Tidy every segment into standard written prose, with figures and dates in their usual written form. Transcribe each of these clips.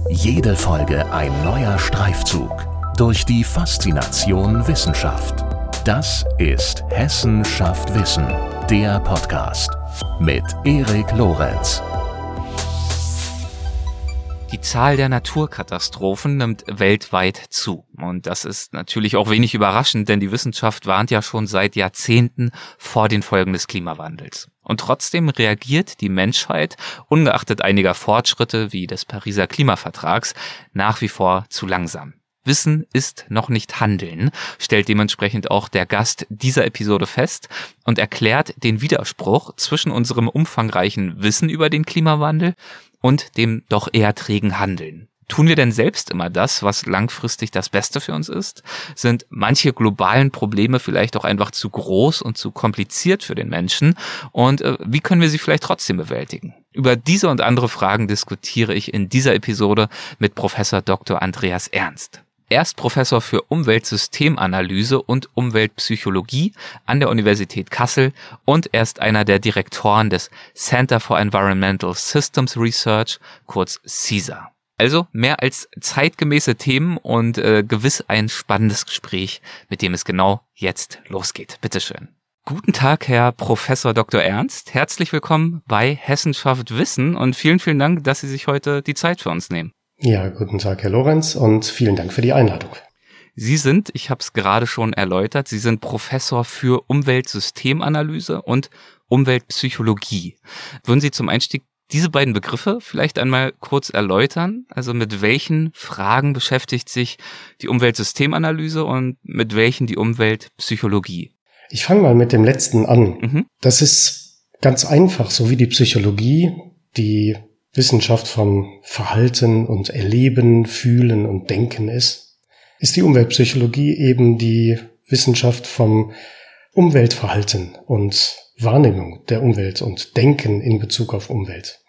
Jede Folge ein neuer Streifzug durch die Faszination Wissenschaft. Das ist Hessen schafft Wissen, der Podcast mit Erik Lorenz. Die Zahl der Naturkatastrophen nimmt weltweit zu. Und das ist natürlich auch wenig überraschend, denn die Wissenschaft warnt ja schon seit Jahrzehnten vor den Folgen des Klimawandels. Und trotzdem reagiert die Menschheit, ungeachtet einiger Fortschritte wie des Pariser Klimavertrags, nach wie vor zu langsam. Wissen ist noch nicht Handeln, stellt dementsprechend auch der Gast dieser Episode fest und erklärt den Widerspruch zwischen unserem umfangreichen Wissen über den Klimawandel und dem doch eher trägen Handeln. Tun wir denn selbst immer das, was langfristig das Beste für uns ist? Sind manche globalen Probleme vielleicht auch einfach zu groß und zu kompliziert für den Menschen? Und wie können wir sie vielleicht trotzdem bewältigen? Über diese und andere Fragen diskutiere ich in dieser Episode mit Professor Dr. Andreas Ernst. Er ist Professor für Umweltsystemanalyse und Umweltpsychologie an der Universität Kassel und er ist einer der Direktoren des Center for Environmental Systems Research, kurz CESA. Also mehr als zeitgemäße Themen und gewiss ein spannendes Gespräch, mit dem es genau jetzt losgeht. Bitteschön. Guten Tag, Herr Professor Dr. Ernst. Herzlich willkommen bei Hessen schafft Wissen und vielen, vielen Dank, dass Sie sich heute die Zeit für uns nehmen. Ja, guten Tag, Herr Lorenz, und vielen Dank für die Einladung. Sie sind, ich habe es gerade schon erläutert, Sie sind Professor für Umweltsystemanalyse und Umweltpsychologie. Würden Sie zum Einstieg diese beiden Begriffe vielleicht einmal kurz erläutern? Also mit welchen Fragen beschäftigt sich die Umweltsystemanalyse und mit welchen die Umweltpsychologie? Ich fange mal mit dem letzten an. Das ist ganz einfach, so wie die Psychologie, die Wissenschaft von Verhalten und Erleben, Fühlen und Denken ist die Umweltpsychologie eben die Wissenschaft vom Umweltverhalten und Wahrnehmung der Umwelt und Denken in Bezug auf Umwelt.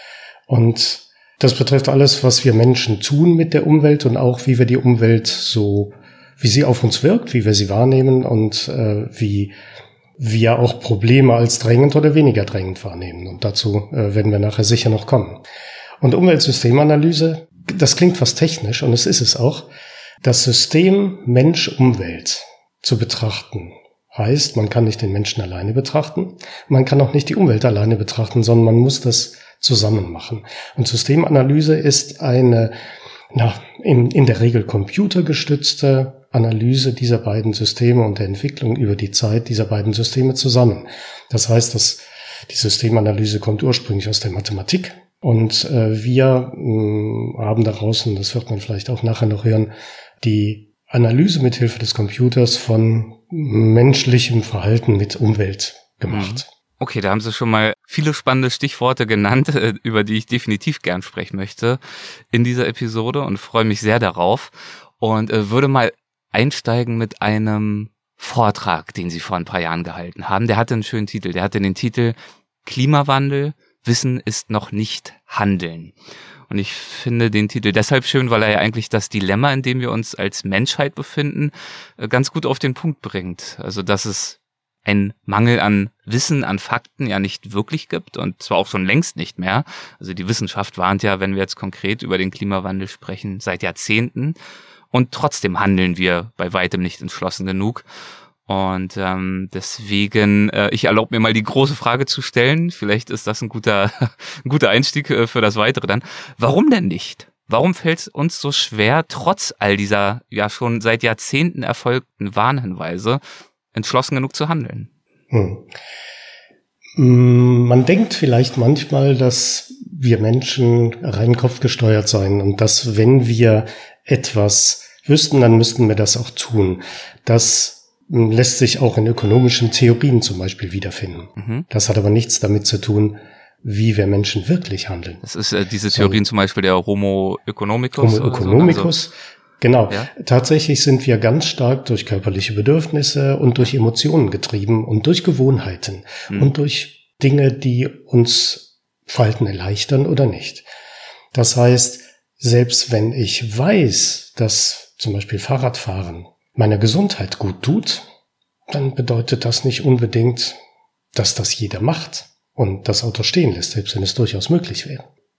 Und das betrifft alles, was wir Menschen tun mit der Umwelt und auch, wie wir die Umwelt so, wie sie auf uns wirkt, wie wir sie wahrnehmen und wie wir auch Probleme als drängend oder weniger drängend wahrnehmen. Und dazu werden wir nachher sicher noch kommen. Und Umweltsystemanalyse, das klingt fast technisch und es ist es auch. Das System Mensch-Umwelt zu betrachten heißt, man kann nicht den Menschen alleine betrachten, man kann auch nicht die Umwelt alleine betrachten, sondern man muss das zusammen machen. Und Systemanalyse ist eine in der Regel computergestützte Analyse dieser beiden Systeme und der Entwicklung über die Zeit dieser beiden Systeme zusammen. Das heißt, dass die Systemanalyse kommt ursprünglich aus der Mathematik und wir haben daraus, und das wird man vielleicht auch nachher noch hören, die Analyse mithilfe des Computers von menschlichem Verhalten mit Umwelt gemacht. Okay, da haben Sie schon mal viele spannende Stichworte genannt, über die ich definitiv gern sprechen möchte in dieser Episode und freue mich sehr darauf und würde mal einsteigen mit einem Vortrag, den Sie vor ein paar Jahren gehalten haben. Der hatte einen schönen Titel. Der hatte den Titel Klimawandel, Wissen ist noch nicht Handeln. Und ich finde den Titel deshalb schön, weil er ja eigentlich das Dilemma, in dem wir uns als Menschheit befinden, ganz gut auf den Punkt bringt. Also, dass es einen Mangel an Wissen, an Fakten ja nicht wirklich gibt und zwar auch schon längst nicht mehr. Also die Wissenschaft warnt ja, wenn wir jetzt konkret über den Klimawandel sprechen, seit Jahrzehnten. Und trotzdem handeln wir bei weitem nicht entschlossen genug. Und deswegen, ich erlaube mir mal die große Frage zu stellen. Vielleicht ist das ein guter Einstieg für das Weitere dann. Warum denn nicht? Warum fällt es uns so schwer, trotz all dieser ja schon seit Jahrzehnten erfolgten Warnhinweise, entschlossen genug zu handeln? Man denkt vielleicht manchmal, dass wir Menschen rein kopfgesteuert seien und dass, wenn wir etwas wüssten, dann müssten wir das auch tun. Das lässt sich auch in ökonomischen Theorien zum Beispiel wiederfinden. Das hat aber nichts damit zu tun, wie wir Menschen wirklich handeln. Das ist diese Theorien zum Beispiel der Homo economicus. Homo economicus. Also, genau. Ja? Tatsächlich sind wir ganz stark durch körperliche Bedürfnisse und durch Emotionen getrieben und durch Gewohnheiten und durch Dinge, die uns Verhalten erleichtern oder nicht. Das heißt, selbst wenn ich weiß, dass zum Beispiel Fahrradfahren meiner Gesundheit gut tut, dann bedeutet das nicht unbedingt, dass das jeder macht und das Auto stehen lässt, selbst wenn es durchaus möglich wäre.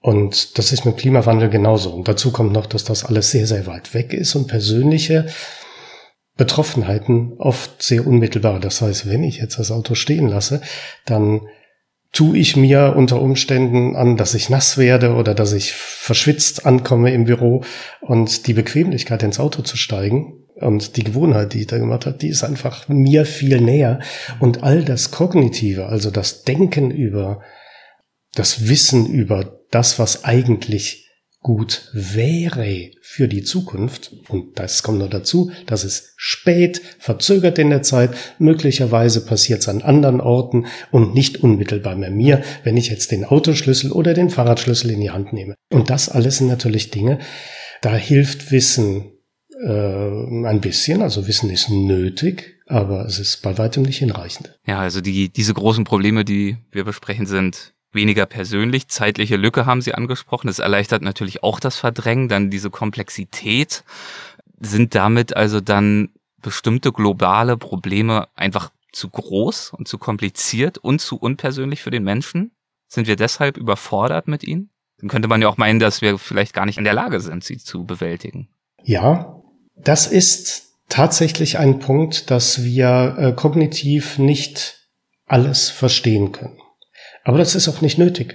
Und das ist mit Klimawandel genauso. Und dazu kommt noch, dass das alles sehr, sehr weit weg ist und persönliche Betroffenheiten oft sehr unmittelbar. Das heißt, wenn ich jetzt das Auto stehen lasse, dann tue ich mir unter Umständen an, dass ich nass werde oder dass ich verschwitzt ankomme im Büro. Und die Bequemlichkeit, ins Auto zu steigen und die Gewohnheit, die ich da gemacht habe, die ist einfach mir viel näher. Und all das Kognitive, also das Denken über, das Wissen über das, was eigentlich gut wäre für die Zukunft, und das kommt noch dazu, das ist spät, verzögert in der Zeit, möglicherweise passiert es an anderen Orten und nicht unmittelbar bei mir, wenn ich jetzt den Autoschlüssel oder den Fahrradschlüssel in die Hand nehme. Und das alles sind natürlich Dinge, da hilft Wissen ein bisschen, also Wissen ist nötig, aber es ist bei weitem nicht hinreichend. Ja, also diese großen Probleme, die wir besprechen, sind weniger persönlich. Zeitliche Lücke haben Sie angesprochen. Das erleichtert natürlich auch das Verdrängen. Dann diese Komplexität. Sind damit also dann bestimmte globale Probleme einfach zu groß und zu kompliziert und zu unpersönlich für den Menschen? Sind wir deshalb überfordert mit ihnen? Dann könnte man ja auch meinen, dass wir vielleicht gar nicht in der Lage sind, sie zu bewältigen. Ja, das ist tatsächlich ein Punkt, dass wir kognitiv nicht alles verstehen können. Aber das ist auch nicht nötig.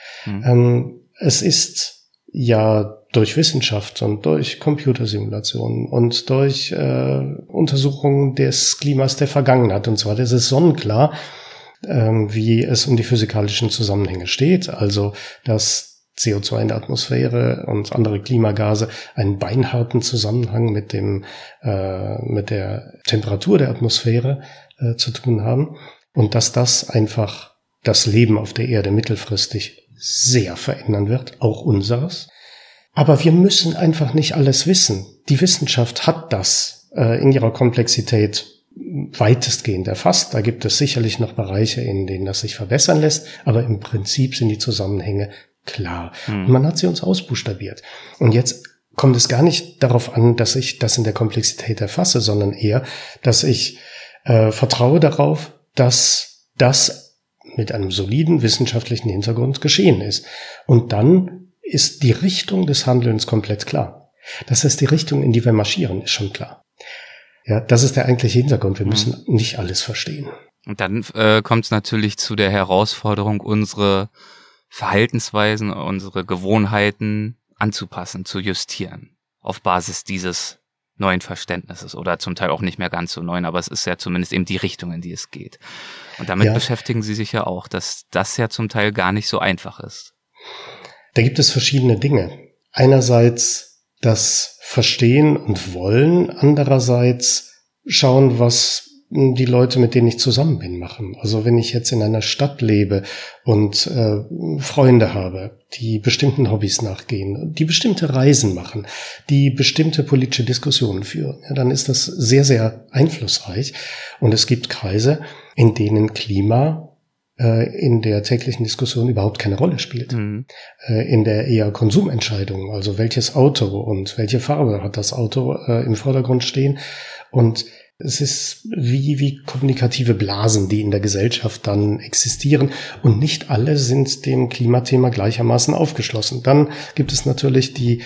Es ist ja durch Wissenschaft und durch Computersimulationen und durch Untersuchungen des Klimas der Vergangenheit und so weiter, es ist sonnenklar, wie es um die physikalischen Zusammenhänge steht. Also, dass CO2 in der Atmosphäre und andere Klimagase einen beinharten Zusammenhang mit der Temperatur der Atmosphäre zu tun haben und dass das einfach das Leben auf der Erde mittelfristig sehr verändern wird, auch unseres. Aber wir müssen einfach nicht alles wissen. Die Wissenschaft hat das in ihrer Komplexität weitestgehend erfasst. Da gibt es sicherlich noch Bereiche, in denen das sich verbessern lässt, aber im Prinzip sind die Zusammenhänge klar. Und man hat sie uns ausbuchstabiert. Und jetzt kommt es gar nicht darauf an, dass ich das in der Komplexität erfasse, sondern eher, dass ich vertraue darauf, dass das mit einem soliden wissenschaftlichen Hintergrund geschehen ist. Und dann ist die Richtung des Handelns komplett klar. Das heißt, die Richtung, in die wir marschieren, ist schon klar. Ja, das ist der eigentliche Hintergrund. Wir müssen nicht alles verstehen. Und dann kommt es natürlich zu der Herausforderung, unsere Verhaltensweisen, unsere Gewohnheiten anzupassen, zu justieren. Auf Basis dieses neuen Verständnisses oder zum Teil auch nicht mehr ganz so neuen, aber es ist ja zumindest eben die Richtung, in die es geht. Und damit beschäftigen Sie sich ja auch, dass das ja zum Teil gar nicht so einfach ist. Da gibt es verschiedene Dinge. Einerseits das Verstehen und Wollen, andererseits schauen, was die Leute, mit denen ich zusammen bin, machen. Also wenn ich jetzt in einer Stadt lebe und Freunde habe, die bestimmten Hobbys nachgehen, die bestimmte Reisen machen, die bestimmte politische Diskussionen führen, ja, dann ist das sehr, sehr einflussreich. Und es gibt Kreise, in denen Klima in der täglichen Diskussion überhaupt keine Rolle spielt. In der eher Konsumentscheidung, also welches Auto und welche Farbe hat das Auto im Vordergrund stehen. Und es ist wie kommunikative Blasen, die in der Gesellschaft dann existieren. Und nicht alle sind dem Klimathema gleichermaßen aufgeschlossen. Dann gibt es natürlich die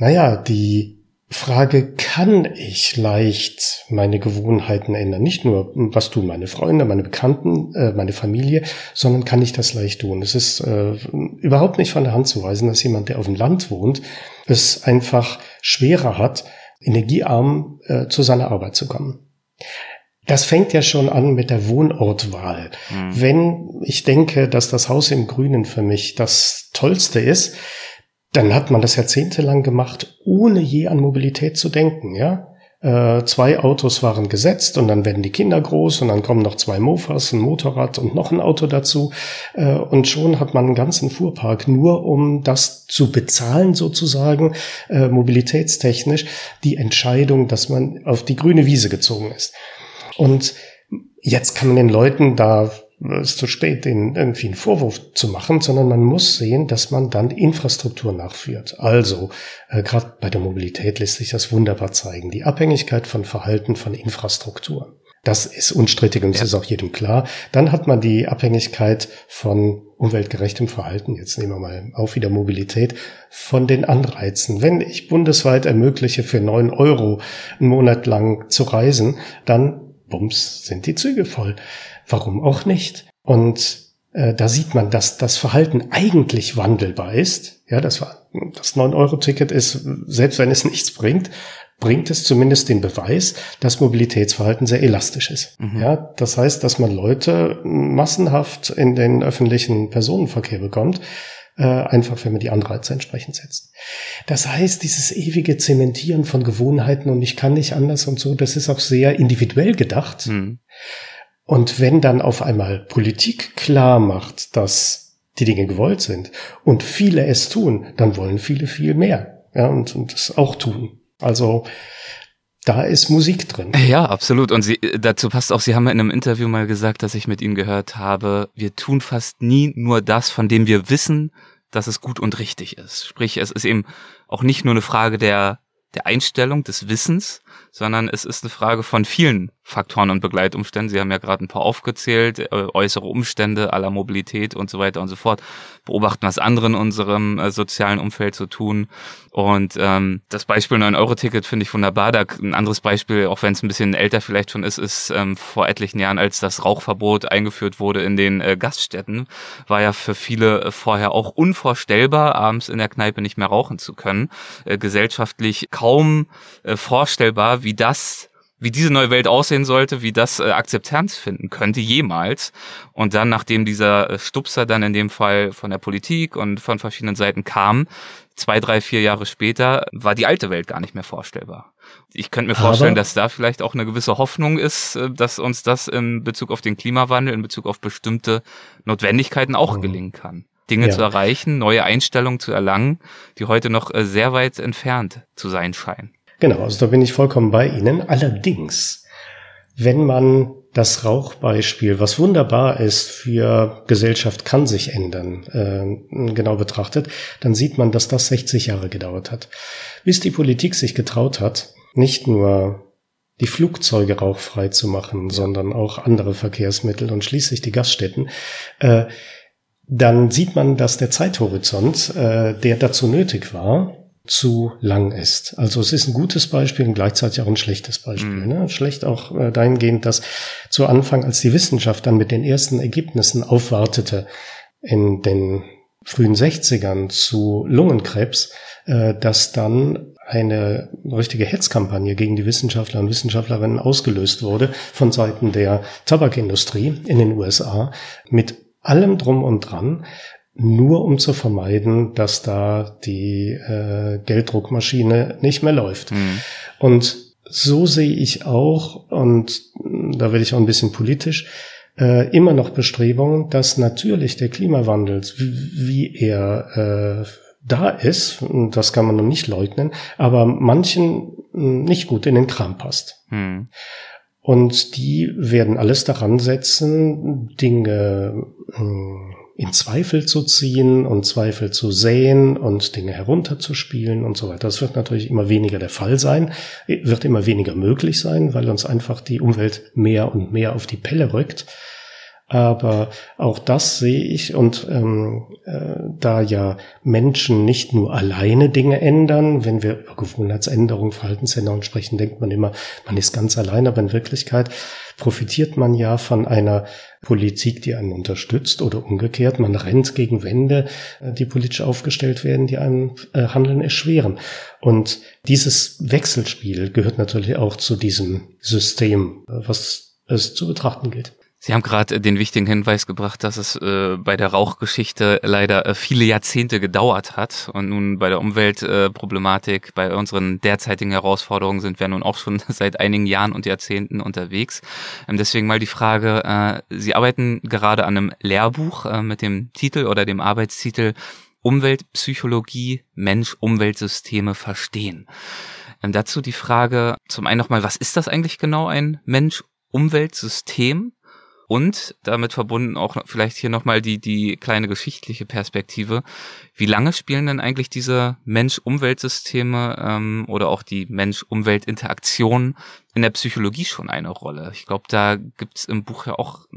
Frage, kann ich leicht meine Gewohnheiten ändern? Nicht nur, was tun meine Freunde, meine Bekannten, meine Familie, sondern kann ich das leicht tun? Es ist überhaupt nicht von der Hand zu weisen, dass jemand, der auf dem Land wohnt, es einfach schwerer hat, energiearm zu seiner Arbeit zu kommen. Das fängt ja schon an mit der Wohnortwahl. Wenn ich denke, dass das Haus im Grünen für mich das Tollste ist, dann hat man das jahrzehntelang gemacht, ohne je an Mobilität zu denken, ja. 2 Autos waren gesetzt und dann werden die Kinder groß und dann kommen noch 2 Mofas, ein Motorrad und noch ein Auto dazu. Und schon hat man einen ganzen Fuhrpark, nur um das zu bezahlen sozusagen, mobilitätstechnisch, die Entscheidung, dass man auf die grüne Wiese gezogen ist. Und jetzt kann man den Leuten da, es ist zu spät, denen irgendwie einen Vorwurf zu machen, sondern man muss sehen, dass man dann Infrastruktur nachführt. Also, gerade bei der Mobilität lässt sich das wunderbar zeigen. Die Abhängigkeit von Verhalten von Infrastruktur. Das ist unstrittig und das ist auch jedem klar. Dann hat man die Abhängigkeit von umweltgerechtem Verhalten, jetzt nehmen wir mal auf wieder Mobilität, von den Anreizen. Wenn ich bundesweit ermögliche, für 9 € einen Monat lang zu reisen, dann, bums, sind die Züge voll. Warum auch nicht? Und da sieht man, dass das Verhalten eigentlich wandelbar ist. Ja, das 9-Euro-Ticket ist, selbst wenn es nichts bringt es zumindest den Beweis, dass Mobilitätsverhalten sehr elastisch ist. Mhm. Ja, das heißt, dass man Leute massenhaft in den öffentlichen Personenverkehr bekommt, einfach wenn man die Anreize entsprechend setzt. Das heißt, dieses ewige Zementieren von Gewohnheiten und ich kann nicht anders und so, das ist auch sehr individuell gedacht. Mhm. Und wenn dann auf einmal Politik klar macht, dass die Dinge gewollt sind und viele es tun, dann wollen viele viel mehr, ja, und das auch tun. Also da ist Musik drin. Ja, absolut. Und dazu passt auch, Sie haben in einem Interview mal gesagt, dass ich mit Ihnen gehört habe, wir tun fast nie nur das, von dem wir wissen, dass es gut und richtig ist. Sprich, es ist eben auch nicht nur eine Frage der Einstellung, des Wissens, sondern es ist eine Frage von vielen Faktoren und Begleitumständen. Sie haben ja gerade ein paar aufgezählt, äußere Umstände aller Mobilität und so weiter und so fort. Beobachten, was andere in unserem sozialen Umfeld so tun. Und das Beispiel 9-Euro-Ticket finde ich wunderbar. Ein anderes Beispiel, auch wenn es ein bisschen älter vielleicht schon ist vor etlichen Jahren, als das Rauchverbot eingeführt wurde in den Gaststätten, war ja für viele vorher auch unvorstellbar, abends in der Kneipe nicht mehr rauchen zu können. Gesellschaftlich kaum vorstellbar, wie diese neue Welt aussehen sollte, wie das Akzeptanz finden könnte, jemals. Und dann, nachdem dieser Stupser dann in dem Fall von der Politik und von verschiedenen Seiten kam, 2, 3, 4 Jahre später, war die alte Welt gar nicht mehr vorstellbar. Ich könnte mir vorstellen, dass da vielleicht auch eine gewisse Hoffnung ist, dass uns das in Bezug auf den Klimawandel, in Bezug auf bestimmte Notwendigkeiten auch gelingen kann. Dinge zu erreichen, neue Einstellungen zu erlangen, die heute noch sehr weit entfernt zu sein scheinen. Genau, also da bin ich vollkommen bei Ihnen. Allerdings, wenn man das Rauchbeispiel, was wunderbar ist für Gesellschaft kann sich ändern, genau betrachtet, dann sieht man, dass das 60 Jahre gedauert hat. Bis die Politik sich getraut hat, nicht nur die Flugzeuge rauchfrei zu machen, sondern auch andere Verkehrsmittel und schließlich die Gaststätten, dann sieht man, dass der Zeithorizont, der dazu nötig war, zu lang ist. Also es ist ein gutes Beispiel und gleichzeitig auch ein schlechtes Beispiel. Ne? Schlecht auch dahingehend, dass zu Anfang, als die Wissenschaft dann mit den ersten Ergebnissen aufwartete in den frühen 60ern zu Lungenkrebs, dass dann eine richtige Hetzkampagne gegen die Wissenschaftler und Wissenschaftlerinnen ausgelöst wurde von Seiten der Tabakindustrie in den USA mit allem drum und dran, nur um zu vermeiden, dass da die Gelddruckmaschine nicht mehr läuft. Mhm. Und so sehe ich auch, und da werde ich auch ein bisschen politisch, immer noch Bestrebungen, dass natürlich der Klimawandel, wie er da ist, das kann man noch nicht leugnen, aber manchen nicht gut in den Kram passt. Mhm. Und die werden alles daran setzen, Dinge in Zweifel zu ziehen und Zweifel zu säen und Dinge herunterzuspielen und so weiter. Das wird natürlich immer weniger der Fall sein, wird immer weniger möglich sein, weil uns einfach die Umwelt mehr und mehr auf die Pelle rückt. Aber auch das sehe ich, und da ja Menschen nicht nur alleine Dinge ändern, wenn wir über Gewohnheitsänderung, Verhaltensänderung sprechen, denkt man immer, man ist ganz allein, aber in Wirklichkeit profitiert man ja von einer Politik, die einen unterstützt, oder umgekehrt, man rennt gegen Wände, die politisch aufgestellt werden, die einem Handeln erschweren. Und dieses Wechselspiel gehört natürlich auch zu diesem System, was es zu betrachten gilt. Sie haben gerade den wichtigen Hinweis gebracht, dass es bei der Rauchgeschichte leider viele Jahrzehnte gedauert hat. Und nun bei der Umweltproblematik, bei unseren derzeitigen Herausforderungen sind wir nun auch schon seit einigen Jahren und Jahrzehnten unterwegs. Deswegen mal die Frage, Sie arbeiten gerade an einem Lehrbuch mit dem Titel oder dem Arbeitstitel Umweltpsychologie, Mensch-Umweltsysteme verstehen. Dazu die Frage, zum einen nochmal, was ist das eigentlich genau, ein Mensch-Umweltsystem? Und damit verbunden auch vielleicht hier nochmal die kleine geschichtliche Perspektive. Wie lange spielen denn eigentlich diese Mensch-Umwelt-Systeme oder auch die Mensch-Umwelt-Interaktion in der Psychologie schon eine Rolle? Ich glaube, da gibt's im Buch ja auch einen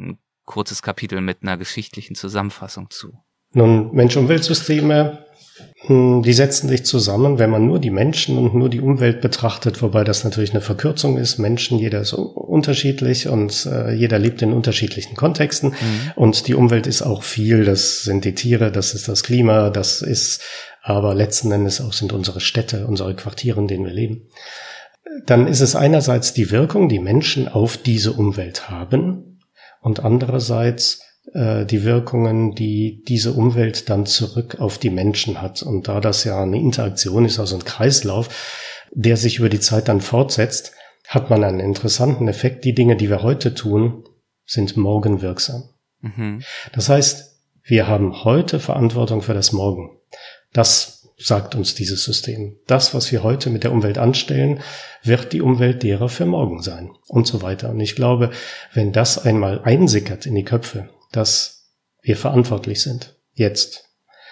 kurzes Kapitel mit einer geschichtlichen Zusammenfassung zu. Nun, Mensch-Umwelt-Systeme, die setzen sich zusammen, wenn man nur die Menschen und nur die Umwelt betrachtet, wobei das natürlich eine Verkürzung ist. Menschen, jeder ist unterschiedlich und jeder lebt in unterschiedlichen Kontexten. Und die Umwelt ist auch viel, das sind die Tiere, das ist das Klima, das ist aber letzten Endes auch sind unsere Städte, unsere Quartiere, in denen wir leben. Dann ist es einerseits die Wirkung, die Menschen auf diese Umwelt haben und andererseits die Wirkungen, die diese Umwelt dann zurück auf die Menschen hat. Und da das ja eine Interaktion ist, also ein Kreislauf, der sich über die Zeit dann fortsetzt, hat man einen interessanten Effekt. Die Dinge, die wir heute tun, sind morgen wirksam. Das heißt, wir haben heute Verantwortung für das Morgen. Das sagt uns dieses System. Das, was wir heute mit der Umwelt anstellen, wird die Umwelt derer für morgen sein und so weiter. Und ich glaube, wenn das einmal einsickert in die Köpfe, dass wir verantwortlich sind, jetzt,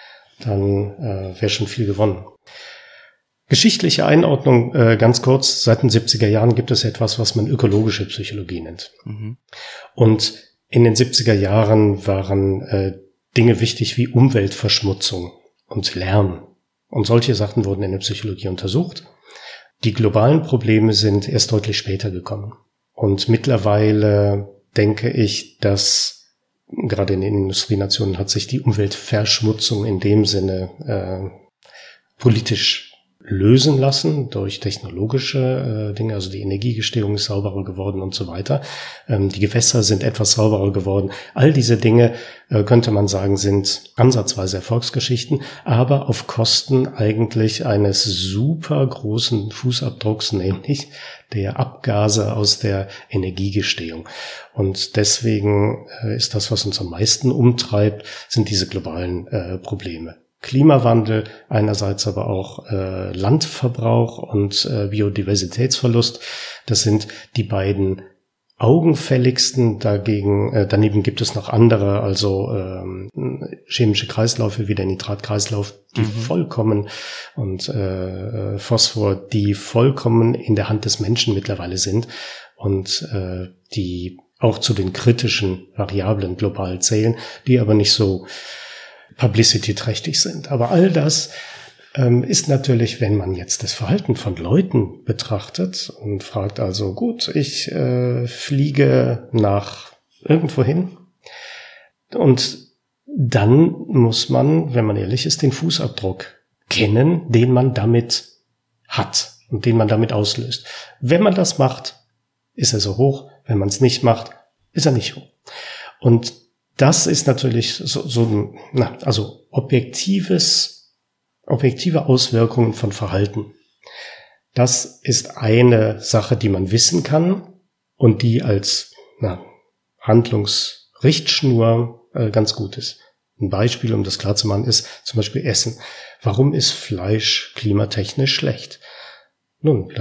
dann wäre schon viel gewonnen. Geschichtliche Einordnung, ganz kurz, seit den 70er Jahren gibt es etwas, was man ökologische Psychologie nennt. Und in den 70er Jahren waren Dinge wichtig wie Umweltverschmutzung und Lärm. Und solche Sachen wurden in der Psychologie untersucht. Die globalen Probleme sind erst deutlich später gekommen. Und mittlerweile denke ich, dass gerade in den Industrienationen hat sich die Umweltverschmutzung in dem Sinne politisch lösen lassen durch technologische Dinge. Also die Energiegestehung ist sauberer geworden und so weiter. Die Gewässer sind etwas sauberer geworden. All diese Dinge, könnte man sagen, sind ansatzweise Erfolgsgeschichten, aber auf Kosten eigentlich eines super großen Fußabdrucks, nämlich der Abgase aus der Energiegestehung. Und deswegen ist das, was uns am meisten umtreibt, sind diese globalen Probleme. Klimawandel, einerseits aber auch Landverbrauch und Biodiversitätsverlust. Das sind die beiden augenfälligsten. Daneben gibt es noch andere, also chemische Kreisläufe wie der Nitratkreislauf, die vollkommen und Phosphor, die vollkommen in der Hand des Menschen mittlerweile sind und die auch zu den kritischen Variablen global zählen, die aber nicht so publicity-trächtig sind. Aber all das ist natürlich, wenn man jetzt das Verhalten von Leuten betrachtet und fragt also, gut, ich fliege nach irgendwo hin und dann muss man, wenn man ehrlich ist, den Fußabdruck kennen, den man damit hat und den man damit auslöst. Wenn man das macht, ist er so hoch. Wenn man es nicht macht, ist er nicht hoch. Und das ist natürlich also objektive Auswirkungen von Verhalten. Das ist eine Sache, die man wissen kann und die als Handlungsrichtschnur ganz gut ist. Ein Beispiel, um das klar zu machen, ist zum Beispiel Essen. Warum ist Fleisch klimatechnisch schlecht? Nun,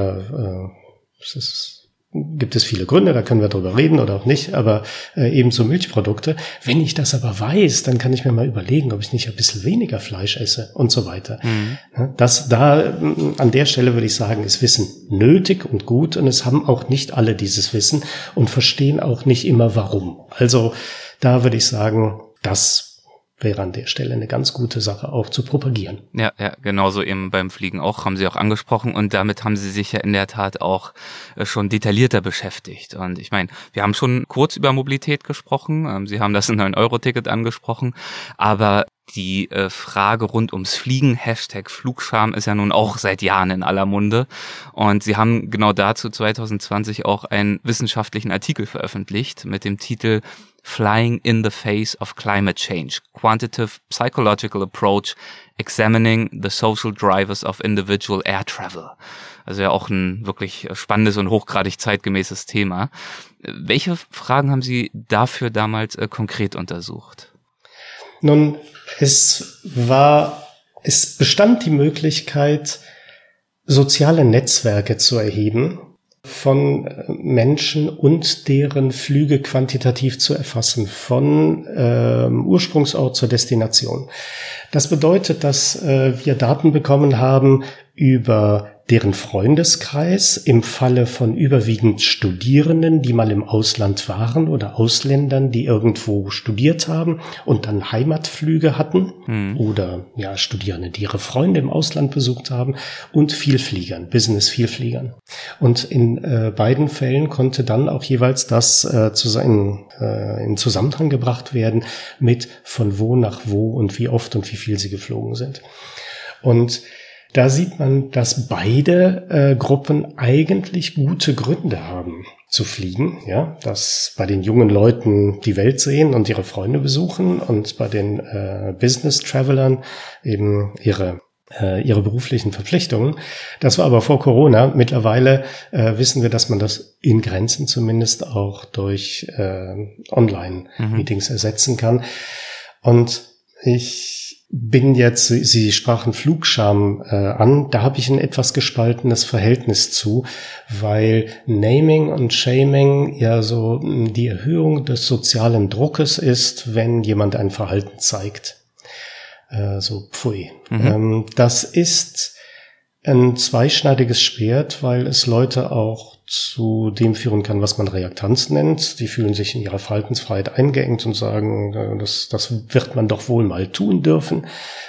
gibt es viele Gründe, da können wir drüber reden oder auch nicht, aber ebenso Milchprodukte. Wenn ich das aber weiß, dann kann ich mir mal überlegen, ob ich nicht ein bisschen weniger Fleisch esse und so weiter. An der Stelle würde ich sagen, ist Wissen nötig und gut und es haben auch nicht alle dieses Wissen und verstehen auch nicht immer warum. Also da würde ich sagen, das wäre an der Stelle eine ganz gute Sache auch zu propagieren. Ja, genauso eben beim Fliegen auch, haben Sie auch angesprochen und damit haben Sie sich ja in der Tat auch schon detaillierter beschäftigt. Und ich meine, wir haben schon kurz über Mobilität gesprochen, Sie haben das 9-Euro-Ticket angesprochen, aber die Frage rund ums Fliegen, #Flugscham, ist ja nun auch seit Jahren in aller Munde. Und Sie haben genau dazu 2020 auch einen wissenschaftlichen Artikel veröffentlicht mit dem Titel Flying in the Face of Climate Change, Quantitative Psychological Approach Examining the Social Drivers of Individual Air Travel. Also ja auch ein wirklich spannendes und hochgradig zeitgemäßes Thema. Welche Fragen haben Sie dafür damals konkret untersucht? Nun, es bestand die Möglichkeit, soziale Netzwerke zu erheben von Menschen und deren Flüge quantitativ zu erfassen, von Ursprungsort zur Destination. Das bedeutet, dass wir Daten bekommen haben über deren Freundeskreis im Falle von überwiegend Studierenden, die mal im Ausland waren oder Ausländern, die irgendwo studiert haben und dann Heimatflüge hatten oder ja Studierende, die ihre Freunde im Ausland besucht haben und Vielfliegern, Business-Vielfliegern. Und in beiden Fällen konnte dann auch jeweils das in Zusammenhang gebracht werden mit von wo nach wo und wie oft und wie viel sie geflogen sind. Und da sieht man, dass beide Gruppen eigentlich gute Gründe haben zu fliegen, ja, dass bei den jungen Leuten die Welt sehen und ihre Freunde besuchen und bei den Business-Travelern eben ihre beruflichen Verpflichtungen. Das war aber vor Corona. Mittlerweile wissen wir, dass man das in Grenzen zumindest auch durch Online-Meetings ersetzen kann. Und ich bin jetzt, Sie sprachen Flugscham an, da habe ich ein etwas gespaltenes Verhältnis zu, weil Naming und Shaming ja so die Erhöhung des sozialen Druckes ist, wenn jemand ein Verhalten zeigt. So pfui. Das ist ein zweischneidiges Schwert, weil es Leute auch zu dem führen kann, was man Reaktanz nennt. Die fühlen sich in ihrer Verhaltensfreiheit eingeengt und sagen, das wird man doch wohl mal tun dürfen.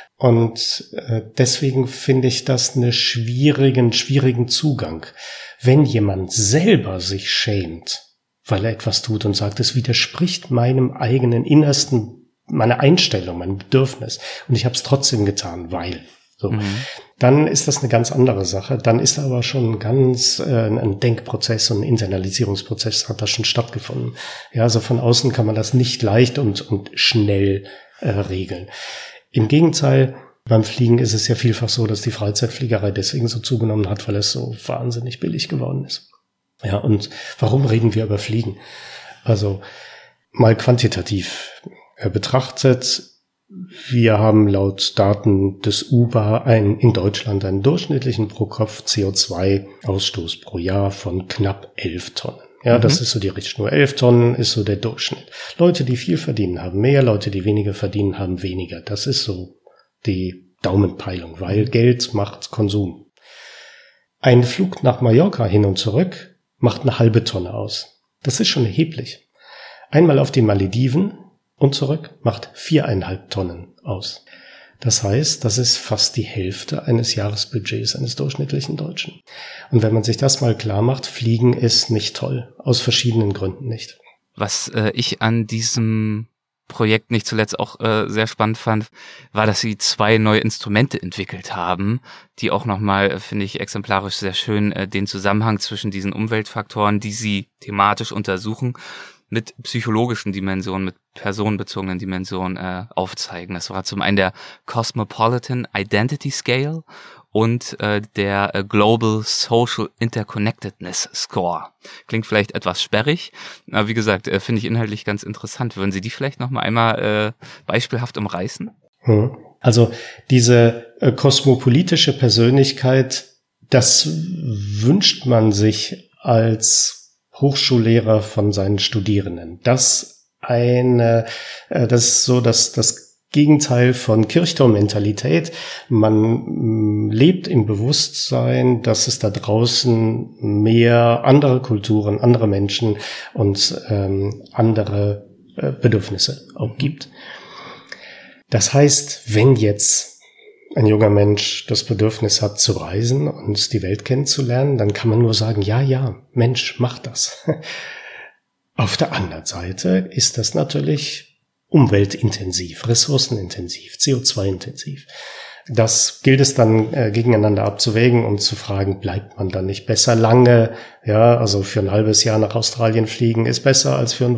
Und deswegen finde ich das einen schwierigen Zugang. Wenn jemand selber sich schämt, weil er etwas tut und sagt, es widerspricht meinem eigenen Innersten, meiner Einstellung, meinem Bedürfnis, und ich habe es trotzdem getan, weil... So. Dann ist das eine ganz andere Sache. Dann ist aber schon ganz ein Denkprozess und ein Internalisierungsprozess hat da schon stattgefunden. Ja, also von außen kann man das nicht leicht und schnell regeln. Im Gegenteil, beim Fliegen ist es ja vielfach so, dass die Freizeitfliegerei deswegen so zugenommen hat, weil es so wahnsinnig billig geworden ist. Ja, und warum reden wir über Fliegen? Also mal quantitativ betrachtet. Wir haben laut Daten des UBA in Deutschland einen durchschnittlichen pro-Kopf CO2-Ausstoß pro Jahr von knapp 11 Tonnen. Ja, das ist so die Richtschnur. 11 Tonnen ist so der Durchschnitt. Leute, die viel verdienen, haben mehr. Leute, die weniger verdienen, haben weniger. Das ist so die Daumenpeilung, weil Geld macht Konsum. Ein Flug nach Mallorca hin und zurück macht eine halbe Tonne aus. Das ist schon erheblich. Einmal auf den Malediven und zurück macht 4,5 Tonnen aus. Das heißt, das ist fast die Hälfte eines Jahresbudgets eines durchschnittlichen Deutschen. Und wenn man sich das mal klar macht, Fliegen ist nicht toll. Aus verschiedenen Gründen nicht. Was ich an diesem Projekt nicht zuletzt auch sehr spannend fand, war, dass sie 2 neue Instrumente entwickelt haben, die auch nochmal, finde ich, exemplarisch sehr schön den Zusammenhang zwischen diesen Umweltfaktoren, die sie thematisch untersuchen, mit psychologischen Dimensionen, mit personenbezogenen Dimensionen aufzeigen. Das war zum einen der Cosmopolitan Identity Scale und der Global Social Interconnectedness Score. Klingt vielleicht etwas sperrig, aber wie gesagt, finde ich inhaltlich ganz interessant. Würden Sie die vielleicht noch mal einmal beispielhaft umreißen? Also diese kosmopolitische Persönlichkeit, das wünscht man sich als Hochschullehrer von seinen Studierenden. Das ist so das Gegenteil von Kirchturmmentalität. Man lebt im Bewusstsein, dass es da draußen mehr andere Kulturen, andere Menschen und andere Bedürfnisse auch gibt. Das heißt, wenn jetzt ein junger Mensch das Bedürfnis hat zu reisen und die Welt kennenzulernen, dann kann man nur sagen, ja, Mensch, mach das. Auf der anderen Seite ist das natürlich umweltintensiv, ressourcenintensiv, CO2-intensiv. Das gilt es dann gegeneinander abzuwägen und zu fragen, bleibt man dann nicht besser lange? Ja, also für ein halbes Jahr nach Australien fliegen ist besser als für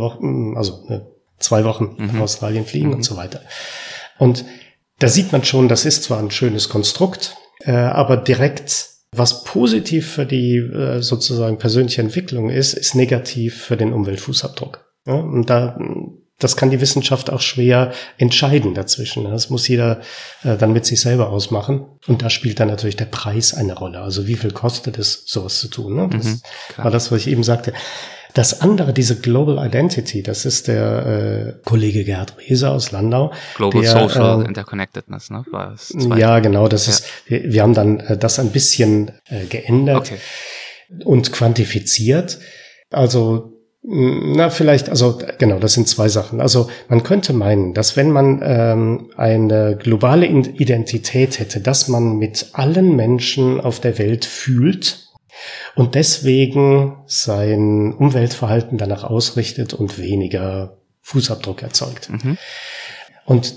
2 Wochen nach Australien fliegen und so weiter. Und da sieht man schon, das ist zwar ein schönes Konstrukt, aber direkt, was positiv für die sozusagen persönliche Entwicklung ist negativ für den Umweltfußabdruck. Ja, und das kann die Wissenschaft auch schwer entscheiden dazwischen. Das muss jeder dann mit sich selber ausmachen. Und da spielt dann natürlich der Preis eine Rolle. Also wie viel kostet es, sowas zu tun? Ne? Das war das, was ich eben sagte. Das andere, diese Global Identity, das ist der Kollege Gerhard Rehse aus Landau. Global Social Interconnectedness, ne? War das zweite. Ja, genau, das ist, wir haben dann das ein bisschen geändert und quantifiziert. Also, vielleicht, also genau, das sind zwei Sachen. Also man könnte meinen, dass wenn man eine globale Identität hätte, dass man mit allen Menschen auf der Welt fühlt und deswegen sein Umweltverhalten danach ausrichtet und weniger Fußabdruck erzeugt. Mhm. Und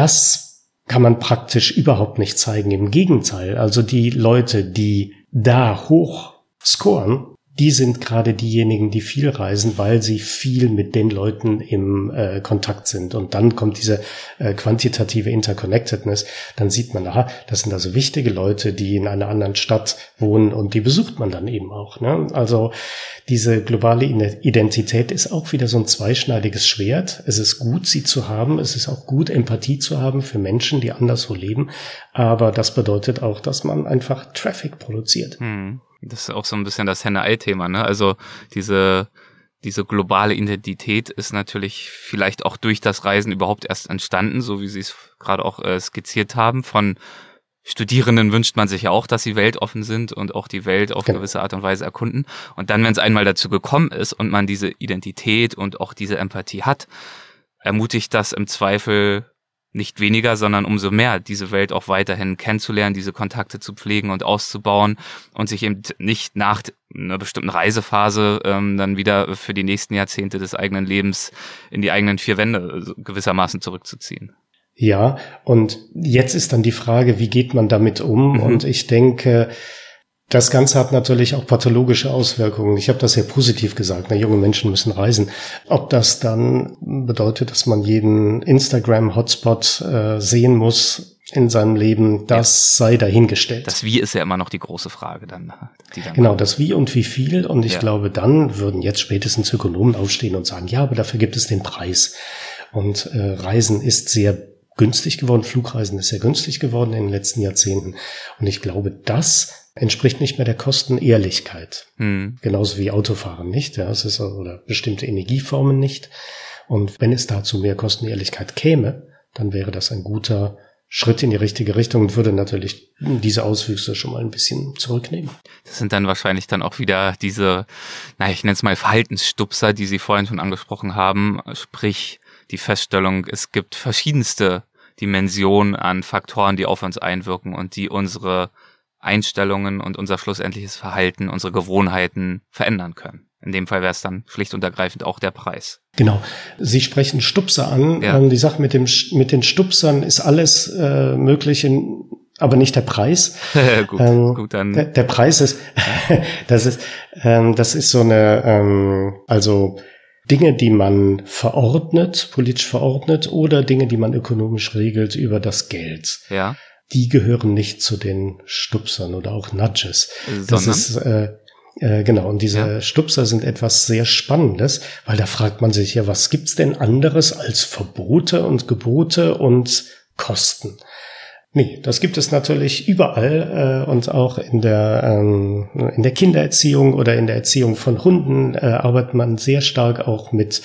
das kann man praktisch überhaupt nicht zeigen. Im Gegenteil, also die Leute, die da hoch scoren, die sind gerade diejenigen, die viel reisen, weil sie viel mit den Leuten im Kontakt sind. Und dann kommt diese quantitative Interconnectedness. Dann sieht man, aha, das sind also wichtige Leute, die in einer anderen Stadt wohnen und die besucht man dann eben auch. Ne? Also diese globale Identität ist auch wieder so ein zweischneidiges Schwert. Es ist gut, sie zu haben. Es ist auch gut, Empathie zu haben für Menschen, die anderswo leben. Aber das bedeutet auch, dass man einfach Traffic produziert. Das ist auch so ein bisschen das Henne-Ei-Thema, ne? Also diese globale Identität ist natürlich vielleicht auch durch das Reisen überhaupt erst entstanden, so wie Sie es gerade auch skizziert haben. Von Studierenden wünscht man sich ja auch, dass sie weltoffen sind und auch die Welt auf gewisse Art und Weise erkunden. Und dann, wenn es einmal dazu gekommen ist und man diese Identität und auch diese Empathie hat, ermutigt das im Zweifel nicht weniger, sondern umso mehr, diese Welt auch weiterhin kennenzulernen, diese Kontakte zu pflegen und auszubauen und sich eben nicht nach einer bestimmten Reisephase dann wieder für die nächsten Jahrzehnte des eigenen Lebens in die eigenen vier Wände gewissermaßen zurückzuziehen. Ja, und jetzt ist dann die Frage, wie geht man damit um? Und ich denke, das Ganze hat natürlich auch pathologische Auswirkungen. Ich habe das sehr positiv gesagt, junge Menschen müssen reisen. Ob das dann bedeutet, dass man jeden Instagram-Hotspot sehen muss in seinem Leben, das sei dahingestellt. Das Wie ist ja immer noch die große Frage dann. Genau, das Wie und wie viel. Und ich glaube, dann würden jetzt spätestens Ökonomen aufstehen und sagen, ja, aber dafür gibt es den Preis. Und Reisen ist sehr günstig geworden, Flugreisen ist sehr günstig geworden in den letzten Jahrzehnten. Und ich glaube, das entspricht nicht mehr der Kostenehrlichkeit. Genauso wie Autofahren nicht. Ja, es ist oder bestimmte Energieformen nicht. Und wenn es dazu mehr Kostenehrlichkeit käme, dann wäre das ein guter Schritt in die richtige Richtung und würde natürlich diese Auswüchse schon mal ein bisschen zurücknehmen. Das sind dann wahrscheinlich dann auch wieder diese, ich nenne es mal Verhaltensstupser, die Sie vorhin schon angesprochen haben, sprich die Feststellung, es gibt verschiedenste Dimensionen an Faktoren, die auf uns einwirken und die unsere Einstellungen und unser schlussendliches Verhalten, unsere Gewohnheiten verändern können. In dem Fall wäre es dann schlicht und ergreifend auch der Preis. Genau. Sie sprechen Stupser an. Ja. Die Sache mit den Stupsern ist alles Mögliche, aber nicht der Preis. Gut, dann. Der Preis ist, das ist so eine, also Dinge, die man verordnet, politisch verordnet, oder Dinge, die man ökonomisch regelt über das Geld. Ja. Die gehören nicht zu den Stupsern oder auch Nudges. Das ist genau. Und diese Stupser sind etwas sehr Spannendes, weil da fragt man sich ja, was gibt's denn anderes als Verbote und Gebote und Kosten? Nee, das gibt es natürlich überall und auch in der Kindererziehung oder in der Erziehung von Hunden arbeitet man sehr stark auch mit